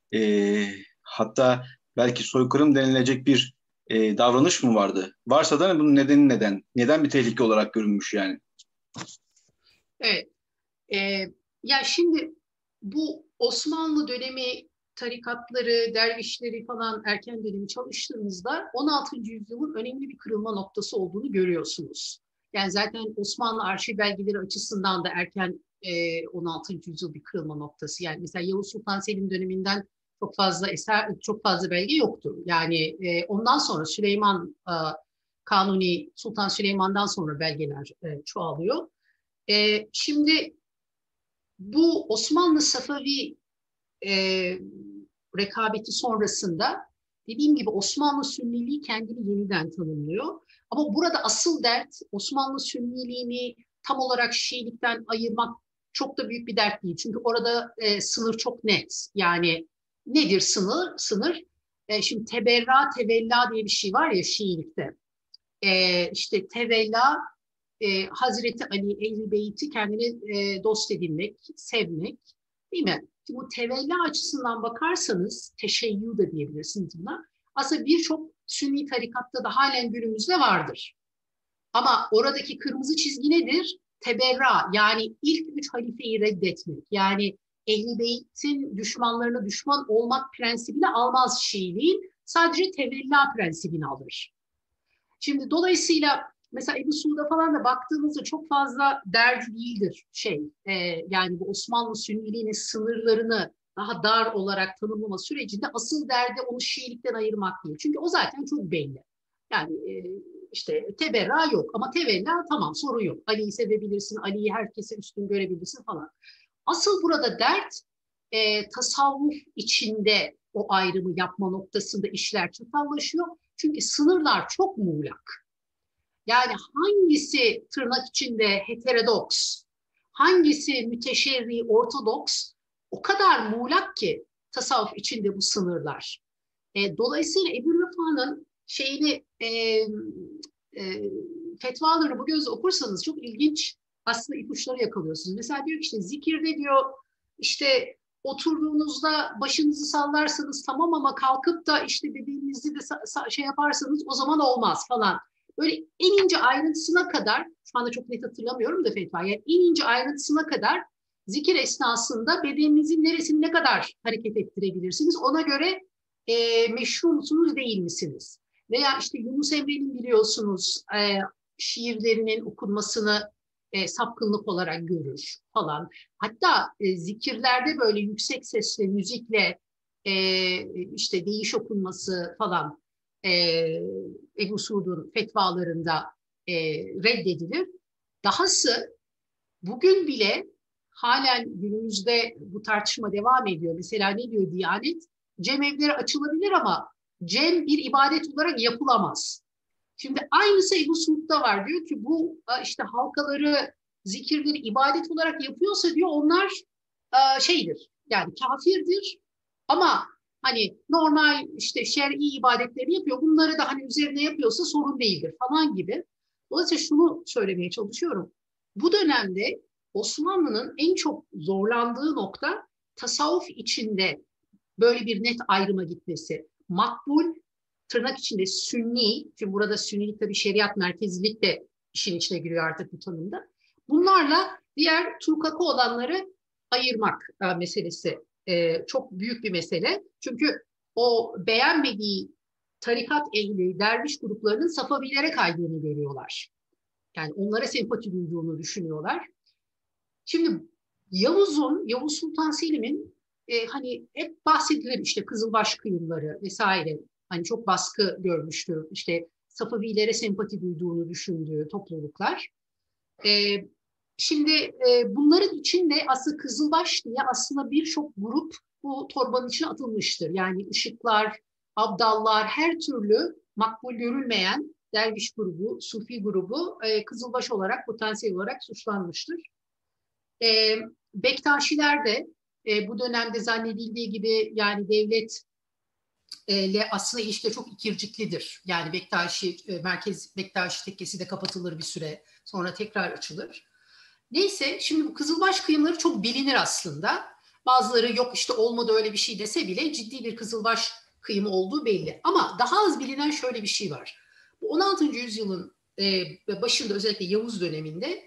hatta belki soykırım denilecek bir davranış mı vardı? Varsa da bunun nedeni neden? Neden bir tehlike olarak görünmüş yani? Evet. Ya şimdi bu Osmanlı dönemi tarikatları, dervişleri falan erken dönemi çalıştığınızda 16. yüzyılın önemli bir kırılma noktası olduğunu görüyorsunuz. Yani zaten Osmanlı arşiv belgeleri açısından da erken 16. yüzyıl bir kırılma noktası. Yani mesela Yavuz Sultan Selim döneminden çok fazla eser, çok fazla belge yoktu. Yani ondan sonra Kanuni Sultan Süleyman'dan sonra belgeler çoğalıyor. Şimdi bu Osmanlı-Safavi rekabeti sonrasında dediğim gibi Osmanlı Sünniliği kendini yeniden tanımlıyor. Ama burada asıl dert Osmanlı Sünniliğini tam olarak Şiilikten ayırmak çok da büyük bir dert değil. Çünkü orada sınır çok net. Yani nedir sınır? Şimdi teberra, tevella diye bir şey var ya Şiilikte. İşte tevella Hazreti Ali, Ehl-i Beyt'i kendine dost edinmek, sevmek, değil mi? Şimdi bu tevella açısından bakarsanız, teşeyyü de diyebilirsiniz buna. Aslında birçok Sünni tarikatta da halen günümüzde vardır. Ama oradaki kırmızı çizgi nedir? Teberra, yani ilk 3 halifeyi reddetmek. Yani Ehl-i Beyt'in düşmanlarına düşman olmak prensibini almaz Şiiliğin, sadece tevella prensibini alır. Şimdi dolayısıyla mesela Ebu Suud'a falan da baktığımızda çok fazla derdi değildir yani bu Osmanlı Sünniliğinin sınırlarını daha dar olarak tanımlama sürecinde asıl derdi onu Şiilikten ayırmak değil. Çünkü o zaten çok belli. Yani işte teberra yok ama tevella tamam, sorun yok. Ali'yi sevebilirsin, Ali'yi herkese üstün görebilirsin falan. Asıl burada dert tasavvuf içinde o ayrımı yapma noktasında işler çatallaşıyor. Çünkü sınırlar çok muğlak. Yani hangisi tırnak içinde heterodoks, hangisi müteşerri, ortodoks o kadar muğlak ki tasavvuf içinde bu sınırlar. Dolayısıyla Ebu Rıfa'nın fetvalarını bu gözle okursanız çok ilginç aslında ipuçları yakalıyorsunuz. Mesela diyor ki işte zikirde diyor işte oturduğunuzda başınızı sallarsanız tamam ama kalkıp da işte bedeninizi de yaparsanız o zaman olmaz falan. Böyle en ince ayrıntısına kadar, şu anda çok net hatırlamıyorum da fetva, yani en ince ayrıntısına kadar zikir esnasında bedeninizin neresini ne kadar hareket ettirebilirsiniz ona göre meşru musunuz değil misiniz? Veya işte Yunus Emre'nin biliyorsunuz şiirlerinin okunmasını sapkınlık olarak görür falan. Hatta zikirlerde böyle yüksek sesle, müzikle işte deyiş okunması falan Ebu Suud'un fetvalarında reddedilir. Dahası bugün bile halen günümüzde bu tartışma devam ediyor. Mesela ne diyor Diyanet? Cemevleri açılabilir ama cem bir ibadet olarak yapılamaz. Şimdi aynısı Ebu Suud'da var. Diyor ki bu işte halkaları, zikirleri ibadet olarak yapıyorsa diyor onlar şeydir. Yani kafirdir ama hani normal işte şer'i ibadetleri yapıyor. Bunları da hani üzerine yapıyorsa sorun değildir falan gibi. Dolayısıyla şunu söylemeye çalışıyorum. Bu dönemde Osmanlı'nın en çok zorlandığı nokta tasavvuf içinde böyle bir net ayrıma gitmesi. Makbul, tırnak içinde sünni, çünkü burada sünnilik tabii şeriat merkezilik de işin içine giriyor artık bu tanımda. Bunlarla diğer tukaka olanları ayırmak meselesi çok büyük bir mesele. Çünkü o beğenmediği tarikat ehli, derviş gruplarının Safavilere kaydığını görüyorlar. Yani onlara sempati duyduğunu düşünüyorlar. Şimdi Yavuz Sultan Selim'in hani hep bahsedilir işte Kızılbaş kıyımları vesaire. Hani çok baskı görmüştü. İşte Safavilere sempati duyduğunu düşündüğü topluluklar. Şimdi bunların içinde aslında Kızılbaş diye aslında birçok grup bu torbanın içine atılmıştır. Yani Işıklar, Abdallar, her türlü makbul görülmeyen derviş grubu, Sufi grubu Kızılbaş olarak, potansiyel olarak suçlanmıştır. Bektaşiler de bu dönemde zannedildiği gibi yani devletle aslında ilişkileri çok ikirciklidir. Yani Merkez Bektaşi tekkesi de kapatılır bir süre sonra tekrar açılır. Neyse şimdi bu Kızılbaş kıyımları çok bilinir aslında. Bazıları yok işte olmadı öyle bir şey dese bile ciddi bir Kızılbaş kıyımı olduğu belli. Ama daha az bilinen şöyle bir şey var. Bu 16. yüzyılın başında özellikle Yavuz döneminde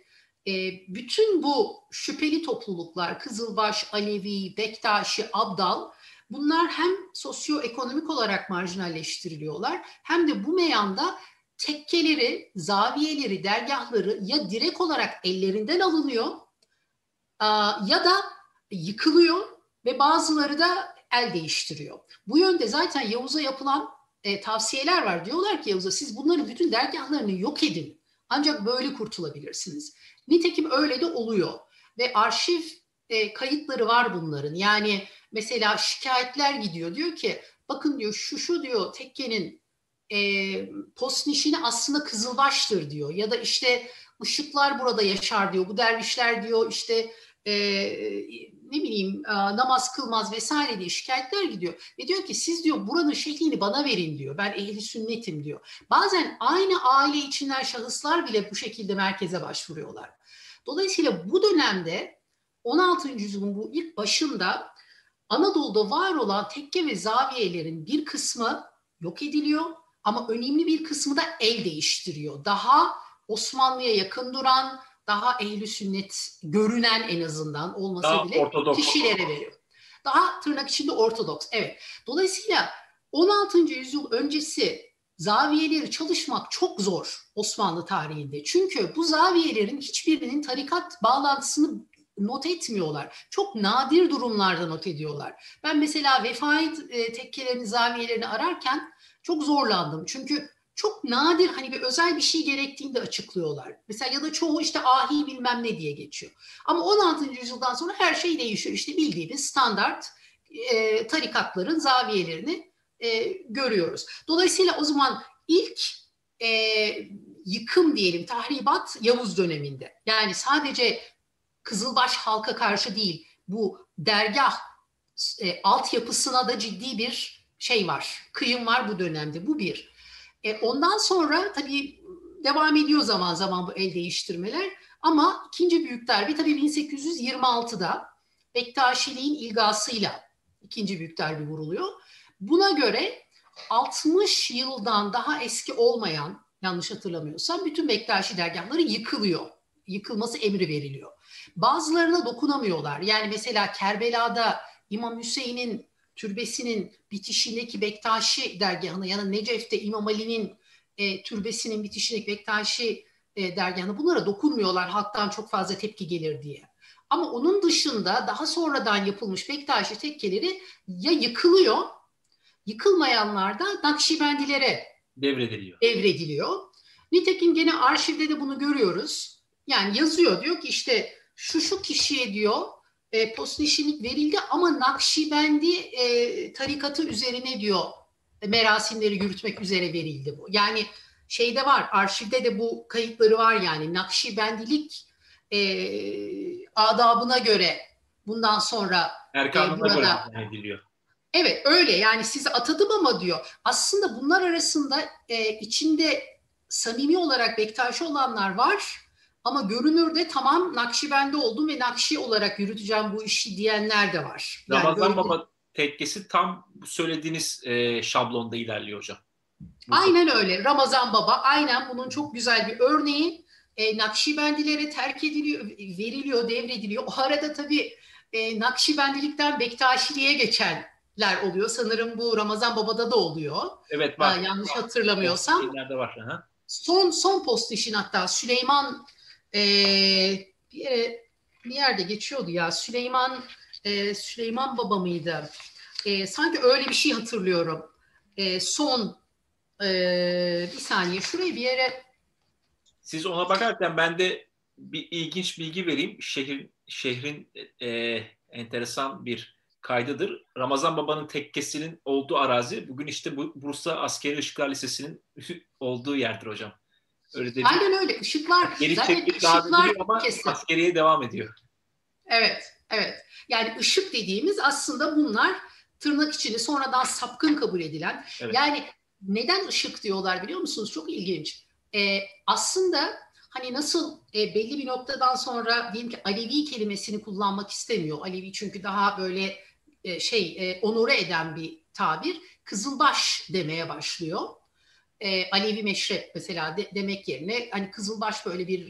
bütün bu şüpheli topluluklar Kızılbaş, Alevi, Bektaşi, Abdal Bunlar hem sosyoekonomik olarak marjinalleştiriliyorlar hem de bu meyanda tekkeleri, zaviyeleri, dergahları ya direkt olarak ellerinden alınıyor ya da yıkılıyor ve bazıları da el değiştiriyor. Bu yönde zaten Yavuz'a yapılan tavsiyeler var. Diyorlar ki Yavuz'a siz bunların bütün dergahlarını yok edin. Ancak böyle kurtulabilirsiniz. Nitekim öyle de oluyor. Ve arşiv kayıtları var bunların. Yani mesela şikayetler gidiyor. Diyor ki bakın diyor şu diyor tekkenin postnişini aslında kızılbaştır diyor. Ya da işte ışıklar burada yaşar diyor. Bu dervişler diyor işte ne bileyim namaz kılmaz vesaire diye şikayetler gidiyor. Ve diyor ki siz diyor buranın şeklini bana verin diyor. Ben ehli sünnetim diyor. Bazen aynı aile içinden şahıslar bile bu şekilde merkeze başvuruyorlar. Dolayısıyla bu dönemde 16. yüzyılın bu ilk başında Anadolu'da var olan tekke ve zaviyelerin bir kısmı yok ediliyor ama önemli bir kısmı da el değiştiriyor. Daha Osmanlı'ya yakın duran, daha ehli sünnet görünen en azından olmasa daha bile ortodoks kişilere veriyor. Daha tırnak içinde ortodoks. Evet. Dolayısıyla 16. yüzyıl öncesi zaviyeleri çalışmak çok zor Osmanlı tarihinde. Çünkü bu zaviyelerin hiçbirinin tarikat bağlantısını not etmiyorlar. Çok nadir durumlarda not ediyorlar. Ben mesela vefai tekkelerini, zaviyelerini ararken çok zorlandım. Çünkü çok nadir hani bir özel bir şey gerektiğinde açıklıyorlar. Mesela ya da çoğu işte ahi bilmem ne diye geçiyor. Ama 16. yüzyıldan sonra her şey değişiyor. İşte bildiğimiz standart tarikatların zaviyelerini görüyoruz. Dolayısıyla o zaman ilk yıkım diyelim, tahribat Yavuz döneminde. Yani sadece Kızılbaş halka karşı değil, bu dergah altyapısına da ciddi bir şey var, kıyım var bu dönemde. Bu bir. Ondan sonra tabii devam ediyor zaman zaman bu el değiştirmeler. Ama ikinci büyük darbe tabii 1826'da Bektaşiliğin ilgasıyla ikinci büyük darbe vuruluyor. Buna göre 60 yıldan daha eski olmayan, yanlış hatırlamıyorsam, bütün Bektaşi dergahları yıkılıyor. Yıkılması emri veriliyor. Bazılarına dokunamıyorlar. Yani mesela Kerbela'da İmam Hüseyin'in türbesinin bitişindeki Bektaşi dergahına, yani Necef'te İmam Ali'nin türbesinin bitişindeki Bektaşi dergahına, bunlara dokunmuyorlar halktan çok fazla tepki gelir diye. Ama onun dışında daha sonradan yapılmış Bektaşi tekkeleri ya yıkılıyor, yıkılmayanlar da Nakşibendilere devrediliyor. Nitekim gene arşivde de bunu görüyoruz. Yani yazıyor, diyor ki işte şu kişiye diyor postnişinlik verildi ama Nakşibendi tarikatı üzerine diyor merasimleri yürütmek üzere verildi bu. Yani şeyde var, arşivde de bu kayıtları var yani Nakşibendilik adabına göre bundan sonra erkanına göre ediliyor. Evet öyle, yani sizi atadım ama diyor. Aslında bunlar arasında içinde samimi olarak Bektaşi olanlar var ama görünürde tamam Nakşibendi oldum ve Nakşi olarak yürüteceğim bu işi diyenler de var. Yani Ramazan Baba tekkesi tam söylediğiniz şablonda ilerliyor hocam. Aynen öyle. Ramazan Baba aynen bunun çok güzel bir örneği. Nakşibendilere terk ediliyor, veriliyor, devrediliyor. O arada tabii Nakşibendilikten Bektaşiliğe geçenler oluyor. Sanırım bu Ramazan Baba'da da oluyor. Evet var. Yanlış hatırlamıyorsam. Var. Aha. Son post işin hatta Süleyman bir yerde geçiyordu ya. Süleyman Baba mıydı? Sanki öyle bir şey hatırlıyorum. Bir saniye şurayı bir yere. Siz ona bakarken ben de bir ilginç bilgi vereyim. Şehrin enteresan bir kaydıdır. Ramazan Baba'nın tekkesinin olduğu arazi bugün işte Bursa Askeri Işıklar Lisesi'nin olduğu yerdir hocam. Öyle de aynen öyle. Işıklar ama askeriye devam ediyor. Evet. Yani ışık dediğimiz aslında bunlar tırnak içinde sonradan sapkın kabul edilen. Evet. Yani neden ışık diyorlar biliyor musunuz? Çok ilginç. Aslında hani nasıl belli bir noktadan sonra diyelim ki Alevi kelimesini kullanmak istemiyor. Alevi çünkü daha böyle onure eden bir tabir. Kızılbaş demeye başlıyor. Alevi meşrep mesela demek yerine hani kızılbaş böyle bir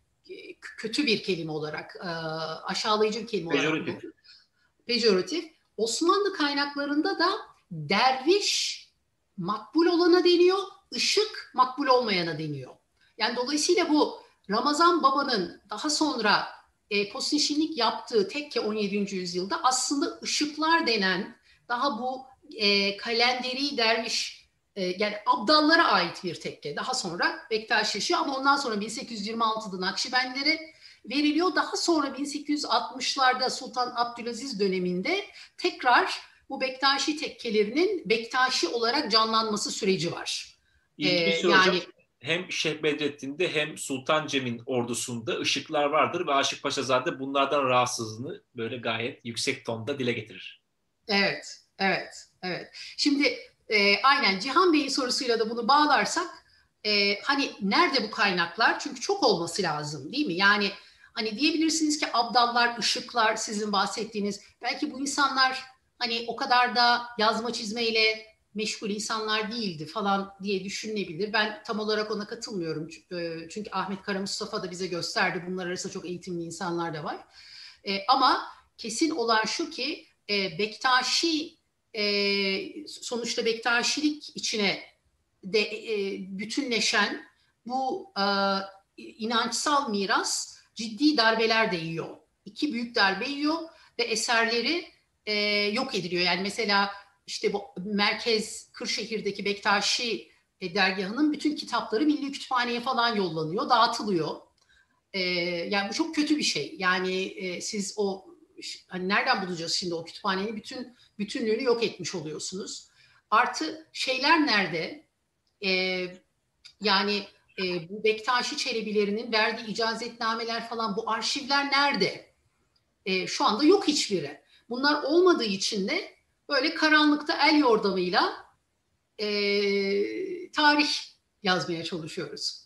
kötü bir kelime olarak, aşağılayıcı bir kelime olarak. Pejoratif. Osmanlı kaynaklarında da derviş makbul olana deniyor, ışık makbul olmayana deniyor. Yani dolayısıyla bu Ramazan Baba'nın daha sonra Posnişinlik yaptığı tekke 17. yüzyılda aslında ışıklar denen daha bu kalenderi derviş yani abdallara ait bir tekke. Daha sonra Bektaş yaşıyor ama ondan sonra 1826'da Nakşibendilere veriliyor. Daha sonra 1860'larda Sultan Abdülaziz döneminde tekrar bu Bektaşi tekkelerinin Bektaşi olarak canlanması süreci var. İlginçtir hocam. Yani Hem Şeyh Bedrettin'de hem Sultan Cem'in ordusunda ışıklar vardır ve Aşık Paşazade bunlardan rahatsızlığını böyle gayet yüksek tonda dile getirir. evet, evet, evet. Şimdi aynen Cihan Bey'in sorusuyla da bunu bağlarsak hani nerede bu kaynaklar? Çünkü çok olması lazım değil mi? Yani hani diyebilirsiniz ki abdallar, ışıklar sizin bahsettiğiniz belki bu insanlar hani o kadar da yazma çizmeyle meşgul insanlar değildi falan diye düşünülebilir. Ben tam olarak ona katılmıyorum. Çünkü Ahmet Kara Mustafa da bize gösterdi. Bunlar arasında çok eğitimli insanlar da var. Ama kesin olan şu ki Bektaşi sonuçta Bektaşilik içine de bütünleşen bu inançsal miras ciddi darbeler de yiyor. İki büyük darbe yiyor ve eserleri yok ediliyor. Yani mesela işte bu merkez Kırşehir'deki Bektaşi dergahının bütün kitapları Milli Kütüphane'ye falan yollanıyor, dağıtılıyor. Yani bu çok kötü bir şey. Yani siz o hani nereden bulacağız şimdi o kütüphanenin bütünlüğünü yok etmiş oluyorsunuz. Artı şeyler nerede? Yani bu Bektaşi Çelebilerinin verdiği icazetnameler falan bu arşivler nerede? Şu anda yok hiçbiri. Bunlar olmadığı için de böyle karanlıkta el yordamıyla tarih yazmaya çalışıyoruz.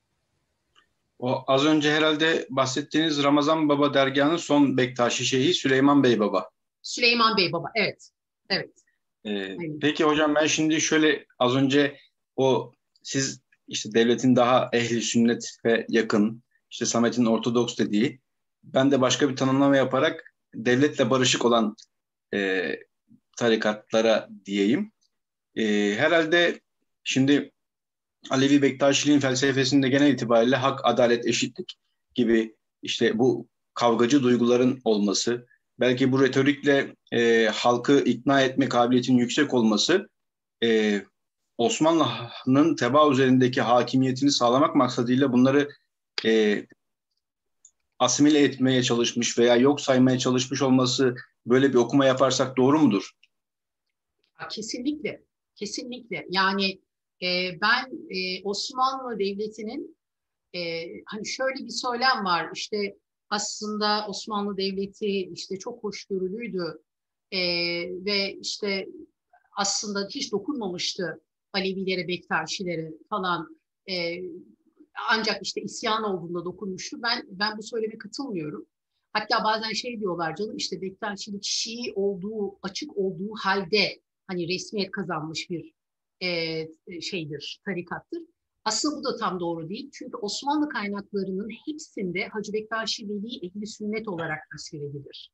O az önce herhalde bahsettiğiniz Ramazan Baba dergahının son Bektaşi şeyhi Süleyman Bey Baba. Süleyman Bey Baba, evet. Evet. Peki hocam ben şimdi şöyle az önce o siz işte devletin daha ehli sünnet ve yakın işte Samet'in Ortodoks dediği ben de başka bir tanımlama yaparak devletle barışık olan e, tarikatlara diyeyim. Herhalde şimdi Alevi Bektaşiliğin felsefesinde genel itibariyle hak, adalet, eşitlik gibi işte bu kavgacı duyguların olması, belki bu retorikle halkı ikna etme kabiliyetinin yüksek olması e, Osmanlı'nın tebaa üzerindeki hakimiyetini sağlamak maksadıyla bunları e, asimile etmeye çalışmış veya yok saymaya çalışmış olması böyle bir okuma yaparsak doğru mudur? Kesinlikle, kesinlikle. Yani ben Osmanlı Devleti'nin hani şöyle bir söylem var. İşte aslında Osmanlı Devleti işte çok hoşgörülüydü e, ve işte aslında hiç dokunmamıştı Alevilere, Bektaşilere falan. Ancak işte isyan olduğunda dokunmuştu. Ben bu söyleme katılmıyorum. Hatta bazen şey diyorlar canım işte Bektaşilik Şii olduğu açık olduğu halde hani resmiyet kazanmış bir şeydir, tarikattır. Aslında bu da tam doğru değil. Çünkü Osmanlı kaynaklarının hepsinde Hacı Bektaşi Veli ehli sünnet olarak tasvir edilir.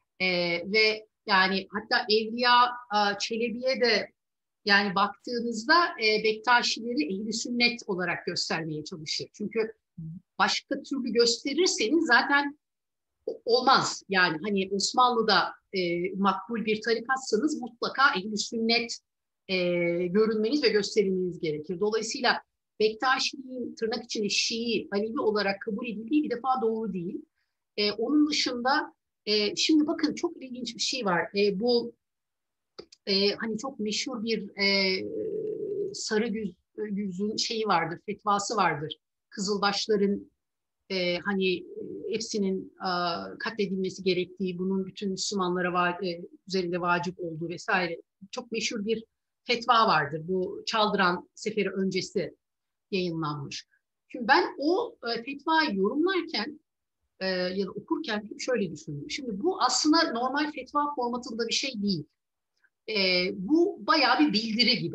Ve yani hatta Evliya Çelebi'ye de yani baktığınızda Bektaşileri ehli sünnet olarak göstermeye çalışır. Çünkü başka türlü gösterirseniz zaten olmaz. Yani hani Osmanlı'da makbul bir tarikatsanız mutlaka ehli sünnet görünmeniz ve gösterilmeniz gerekir. Dolayısıyla Bektaşi'nin tırnak içinde Şii, Alevi olarak kabul edildiği bir defa doğru değil. Onun dışında şimdi bakın çok ilginç bir şey var. Bu hani çok meşhur bir sarı yüzün şeyi vardır, fetvası vardır. Kızılbaşların hani hepsinin katledilmesi gerektiği, bunun bütün Müslümanlara üzerinde vacip olduğu vesaire çok meşhur bir fetva vardır. Bu Çaldıran Seferi öncesi yayınlanmış. Şimdi ben o fetvayı yorumlarken ya da okurken şöyle düşündüm. Şimdi bu aslında normal fetva formatında bir şey değil. Bu bayağı bir bildiri gibi.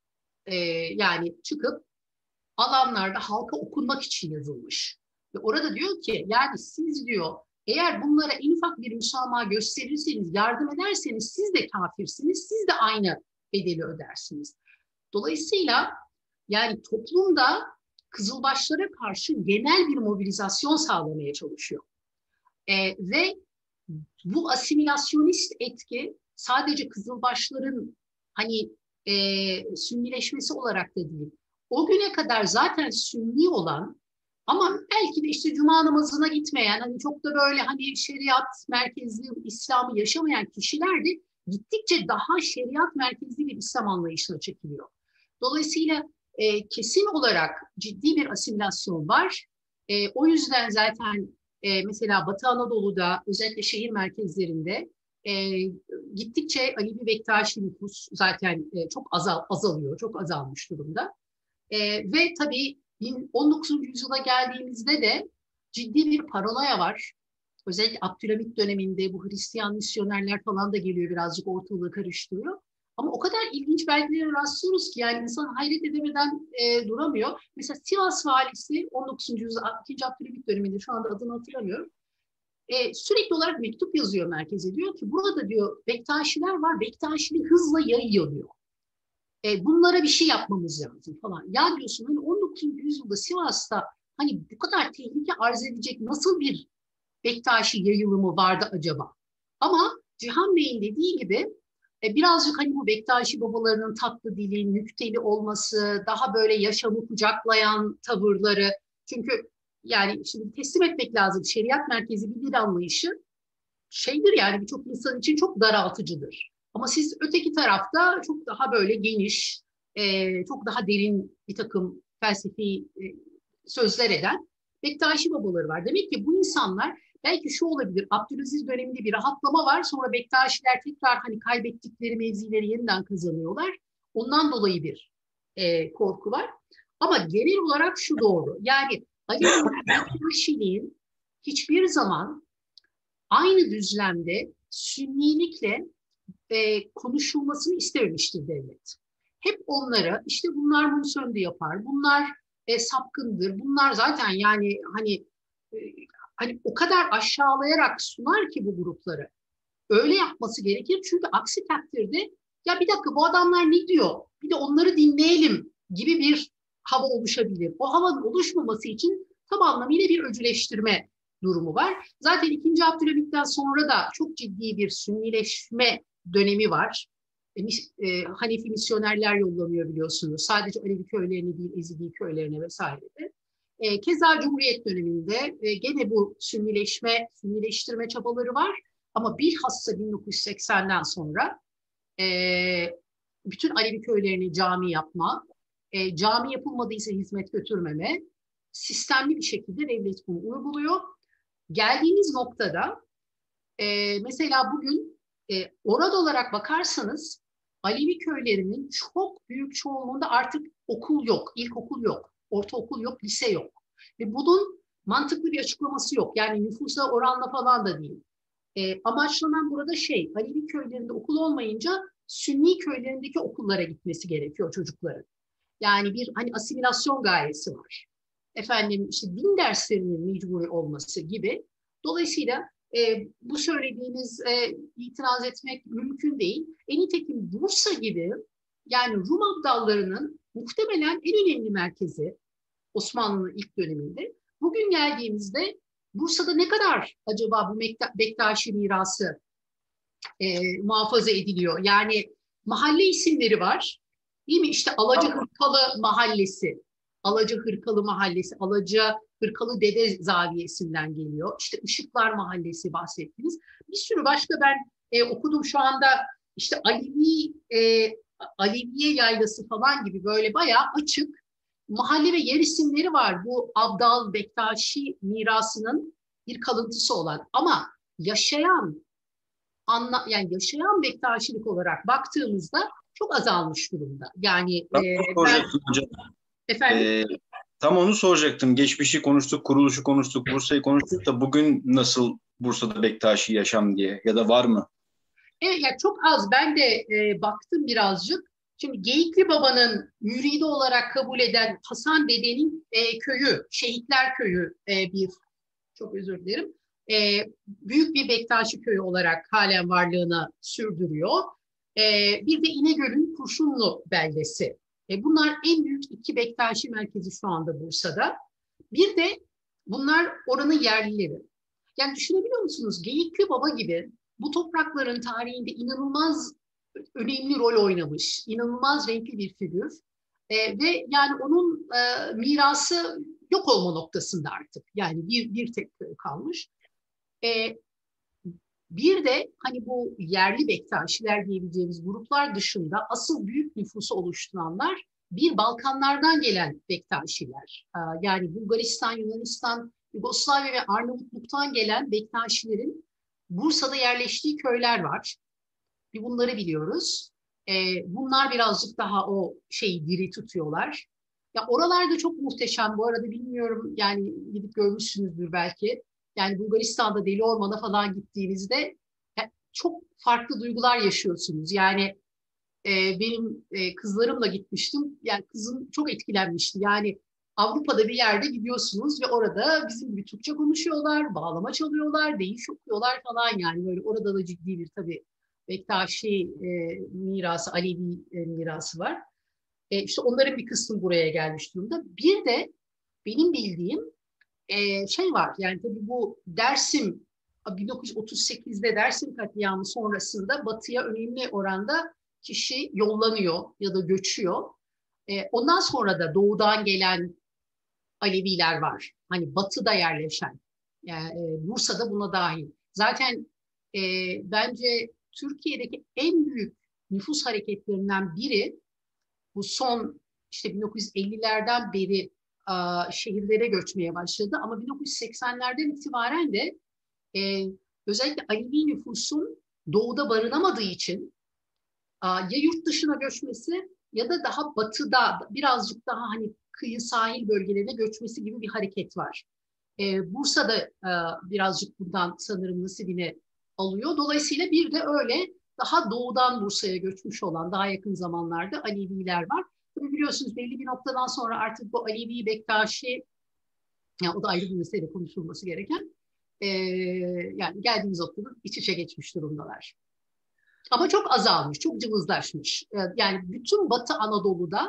Yani çıkıp alanlarda halka okunmak için yazılmış. Ve orada diyor ki yani siz diyor Eğer bunlara en ufak bir müsamaha gösterirseniz, yardım ederseniz siz de kafirsiniz, siz de aynı bedeli ödersiniz. Dolayısıyla yani toplumda Kızılbaşlara karşı genel bir mobilizasyon sağlamaya çalışıyor. Ve bu asimilasyonist etki sadece Kızılbaşların hani Sünnileşmesi olarak da değil. O güne kadar zaten Sünni olan ama belki de işte cuma namazına gitmeyen, hani çok da böyle hani şeriat merkezli İslam'ı yaşamayan kişiler de gittikçe daha şeriat merkezli bir İslam anlayışına çekiliyor. Dolayısıyla kesin olarak ciddi bir asimilasyon var. O yüzden zaten mesela Batı Anadolu'da özellikle şehir merkezlerinde gittikçe Alevi Bektaşi nüfus zaten çok azalıyor, çok azalmış durumda. Ve tabii 19. yüzyıla geldiğimizde de ciddi bir paranoya var. Özellikle Abdülhamit döneminde bu Hristiyan misyonerler falan da geliyor, birazcık ortalığı karıştırıyor. Ama o kadar ilginç belgelere rastlıyoruz ki yani insan hayret edemeden duramıyor. Mesela Sivas valisi 19. yüzyıl 2. Abdülhamit döneminde, şu anda adını hatırlamıyorum. Sürekli olarak mektup yazıyor merkeze. Diyor ki burada diyor Bektaşiler var, Bektaşiliği hızla yayıyor diyor. Bunlara bir şey yapmamız lazım falan. Ya diyorsun hani 19. yüzyılda Sivas'ta hani bu kadar tehlike arz edecek nasıl bir Bektaşi yayılımı vardı acaba? Ama Cihan Bey'in dediği gibi birazcık hani bu Bektaşi babalarının tatlı dili, nükteli olması, daha böyle yaşamı kucaklayan tavırları. Çünkü yani şimdi teslim etmek lazım. Şeriat merkezi bir dil anlayışı şeydir yani birçok insan için çok daraltıcıdır. Ama siz öteki tarafta çok daha böyle geniş, çok daha derin bir takım felsefi sözler eden Bektaşi babaları var. Demek ki bu insanlar belki şu olabilir, Abdülaziz döneminde bir rahatlama var, sonra Bektaşiler tekrar hani kaybettikleri mevzileri yeniden kazanıyorlar. Ondan dolayı bir korku var. Ama genel olarak şu doğru, yani Alevi Bektaşiliğin hiçbir zaman aynı düzlemde Sünnilikle konuşulmasını istememiştir devlet. Hep onlara işte bunlar mum söndü yapar, bunlar sapkındır, bunlar zaten yani hani o kadar aşağılayarak sunar ki bu grupları. Öyle yapması gerekir çünkü aksi takdirde ya bir dakika bu adamlar ne diyor? Bir de onları dinleyelim gibi bir hava oluşabilir. O havanın oluşmaması için tam anlamıyla bir öcüleştirme durumu var. Zaten 2. Abdülhamit'ten sonra da çok ciddi bir sünnileşme dönemi var. Hanefi misyonerler yollanıyor biliyorsunuz. Sadece Alevi köylerine değil, Ezidi köylerine vesaire de. Keza Cumhuriyet döneminde gene bu sünnileştirme çabaları var. Ama bilhassa 1980'den sonra bütün Alevi köylerini cami yapma, cami yapılmadıysa hizmet götürmeme, sistemli bir şekilde devlet bunu uyguluyor. Geldiğimiz noktada mesela bugün orada olarak bakarsanız Alevi köylerinin çok büyük çoğunluğunda artık okul yok, ilkokul yok, ortaokul yok, lise yok. Ve bunun mantıklı bir açıklaması yok. Yani nüfusa oranla falan da değil. Amaçlanan burada Alevi köylerinde okul olmayınca Sünni köylerindeki okullara gitmesi gerekiyor çocukların. Yani bir hani asimilasyon gayesi var. Efendim işte din derslerinin mecburi olması gibi. Dolayısıyla bu söylediğiniz itiraz etmek mümkün değil. Nitekim Bursa gibi yani Rum abdallarının muhtemelen en önemli merkezi Osmanlı'nın ilk döneminde. Bugün geldiğimizde Bursa'da ne kadar acaba bu Bektaşi mirası muhafaza ediliyor? Yani mahalle isimleri var. Değil mi? İşte Alaca Hırkalı Mahallesi, Alaca Hırkalı Mahallesi, Alaca Hırkalı Dede Zaviyesi'nden geliyor. İşte Işıklar Mahallesi bahsettiniz. Bir sürü başka ben okudum şu anda işte Aleviye Yaylası falan gibi böyle bayağı açık mahalle ve yer isimleri var. Bu Abdal Bektaşi mirasının bir kalıntısı olan ama yaşayan Bektaşilik olarak baktığımızda çok azalmış durumda. Yani efendim. Tam onu soracaktım. Geçmişi konuştuk, kuruluşu konuştuk, Bursa'yı konuştuk da bugün nasıl Bursa'da Bektaşi yaşam diye ya da var mı? Evet, yani çok az. Ben de baktım birazcık. Şimdi Geyikli Baba'nın müridi olarak kabul eden Hasan Dede'nin köyü, Şehitler Köyü çok özür dilerim. Büyük bir Bektaşi köyü olarak halen varlığını sürdürüyor. Bir de İnegöl'ün Kurşunlu beldesi. Bunlar en büyük iki Bektaşi merkezi şu anda Bursa'da. Bir de bunlar oranın yerlileri. Yani düşünebiliyor musunuz? Geyikli Baba gibi bu toprakların tarihinde inanılmaz önemli rol oynamış, inanılmaz renkli bir figür. Ve yani onun mirası yok olma noktasında artık. Yani bir tek köy kalmış. Bir de hani bu yerli Bektaşiler diyebileceğimiz gruplar dışında asıl büyük nüfusu oluşturanlar bir Balkanlardan gelen Bektaşiler. Yani Bulgaristan, Yunanistan, Yugoslavya ve Arnavutluk'tan gelen Bektaşilerin Bursa'da yerleştiği köyler var. Bir bunları biliyoruz. Bunlar birazcık daha o şeyi diri tutuyorlar. Ya oralarda çok muhteşem. Bu arada bilmiyorum yani gidip görmüşsünüzdür belki. Yani Bulgaristan'da Deli Orman'a falan gittiğinizde çok farklı duygular yaşıyorsunuz. Yani benim kızlarımla gitmiştim. Yani kızım çok etkilenmişti. Yani Avrupa'da bir yerde gidiyorsunuz ve orada bizim gibi Türkçe konuşuyorlar, bağlama çalıyorlar, deyiş okuyorlar falan yani böyle orada da ciddi bir tabii Bektaşi mirası, Alevi mirası var. İşte onların bir kısmı buraya gelmiş durumda. Bir de benim bildiğim şey var yani tabii bu Dersim 1938'de Dersim katliamı sonrasında batıya önemli oranda kişi yollanıyor ya da göçüyor. Ondan sonra da doğudan gelen Aleviler var. Hani batıda yerleşen. Yani, Bursa'da buna dahil. Zaten bence Türkiye'deki en büyük nüfus hareketlerinden biri bu son işte 1950'lerden beri şehirlere göçmeye başladı. Ama 1980'lerden itibaren de özellikle Alevi nüfusun doğuda barınamadığı için ya yurt dışına göçmesi ya da daha batıda birazcık daha hani kıyı sahil bölgelerine göçmesi gibi bir hareket var. Bursa'da birazcık bundan sanırım nasibini alıyor. Dolayısıyla bir de öyle daha doğudan Bursa'ya göçmüş olan daha yakın zamanlarda Aleviler var. Tabii biliyorsunuz belli bir noktadan sonra artık bu Alevi Bektaşi, yani o da ayrı bir mesele konuşulması gereken, yani geldiğimiz noktada iç içe geçmiş durumdalar. Ama çok azalmış, çok cılızlaşmış. Yani bütün Batı Anadolu'da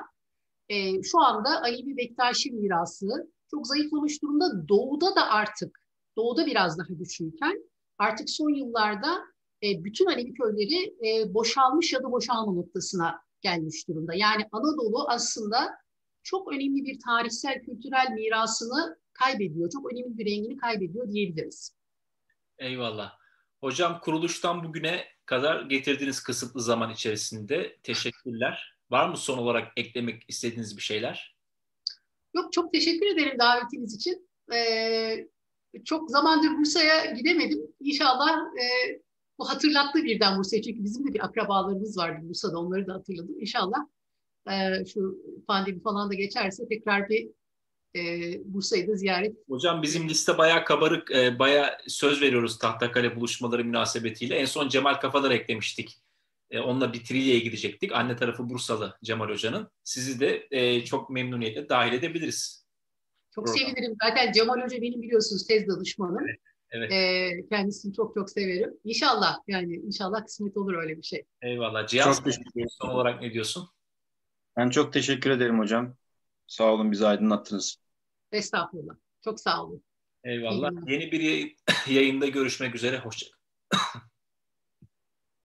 şu anda Alevi Bektaşi mirası çok zayıflamış durumda. Doğuda da artık, doğuda biraz daha güçlüyken artık son yıllarda bütün Alevi köyleri boşalmış ya da boşalma noktasına gelmiş durumda. Yani Anadolu aslında çok önemli bir tarihsel, kültürel mirasını kaybediyor. Çok önemli bir rengini kaybediyor diyebiliriz. Eyvallah. Hocam kuruluştan bugüne kadar getirdiğiniz kısıtlı zaman içerisinde teşekkürler. Var mı son olarak eklemek istediğiniz bir şeyler? Yok, çok teşekkür ederim davetiniz için. Çok zamandır Bursa'ya gidemedim. İnşallah bu hatırlattı birden Bursa'ya. Çünkü bizim de bir akrabalarımız vardı Bursa'da. Onları da hatırladım. İnşallah şu pandemi falan da geçerse tekrar bir Bursa'yı da ziyaret. Hocam bizim liste bayağı kabarık. Bayağı söz veriyoruz Tahtakale buluşmaları münasebetiyle. En son Cemal Kafalar eklemiştik. Onunla bir Trilya'ya gidecektik. Anne tarafı Bursalı Cemal Hoca'nın. Sizi de çok memnuniyetle dahil edebiliriz. Çok sevinirim. Zaten Cemal Hoca benim biliyorsunuz tez danışmanım. Evet, evet. Kendisini çok çok severim. İnşallah yani inşallah kısmet olur öyle bir şey. Eyvallah. Cihan, Çok teşekkür ederim. son olarak ne diyorsun? Ben çok teşekkür ederim hocam. Sağ olun, bizi aydınlattınız. Estağfurullah. Çok sağ olun. Eyvallah. Yeni bir yayında görüşmek üzere. Hoşça kalın.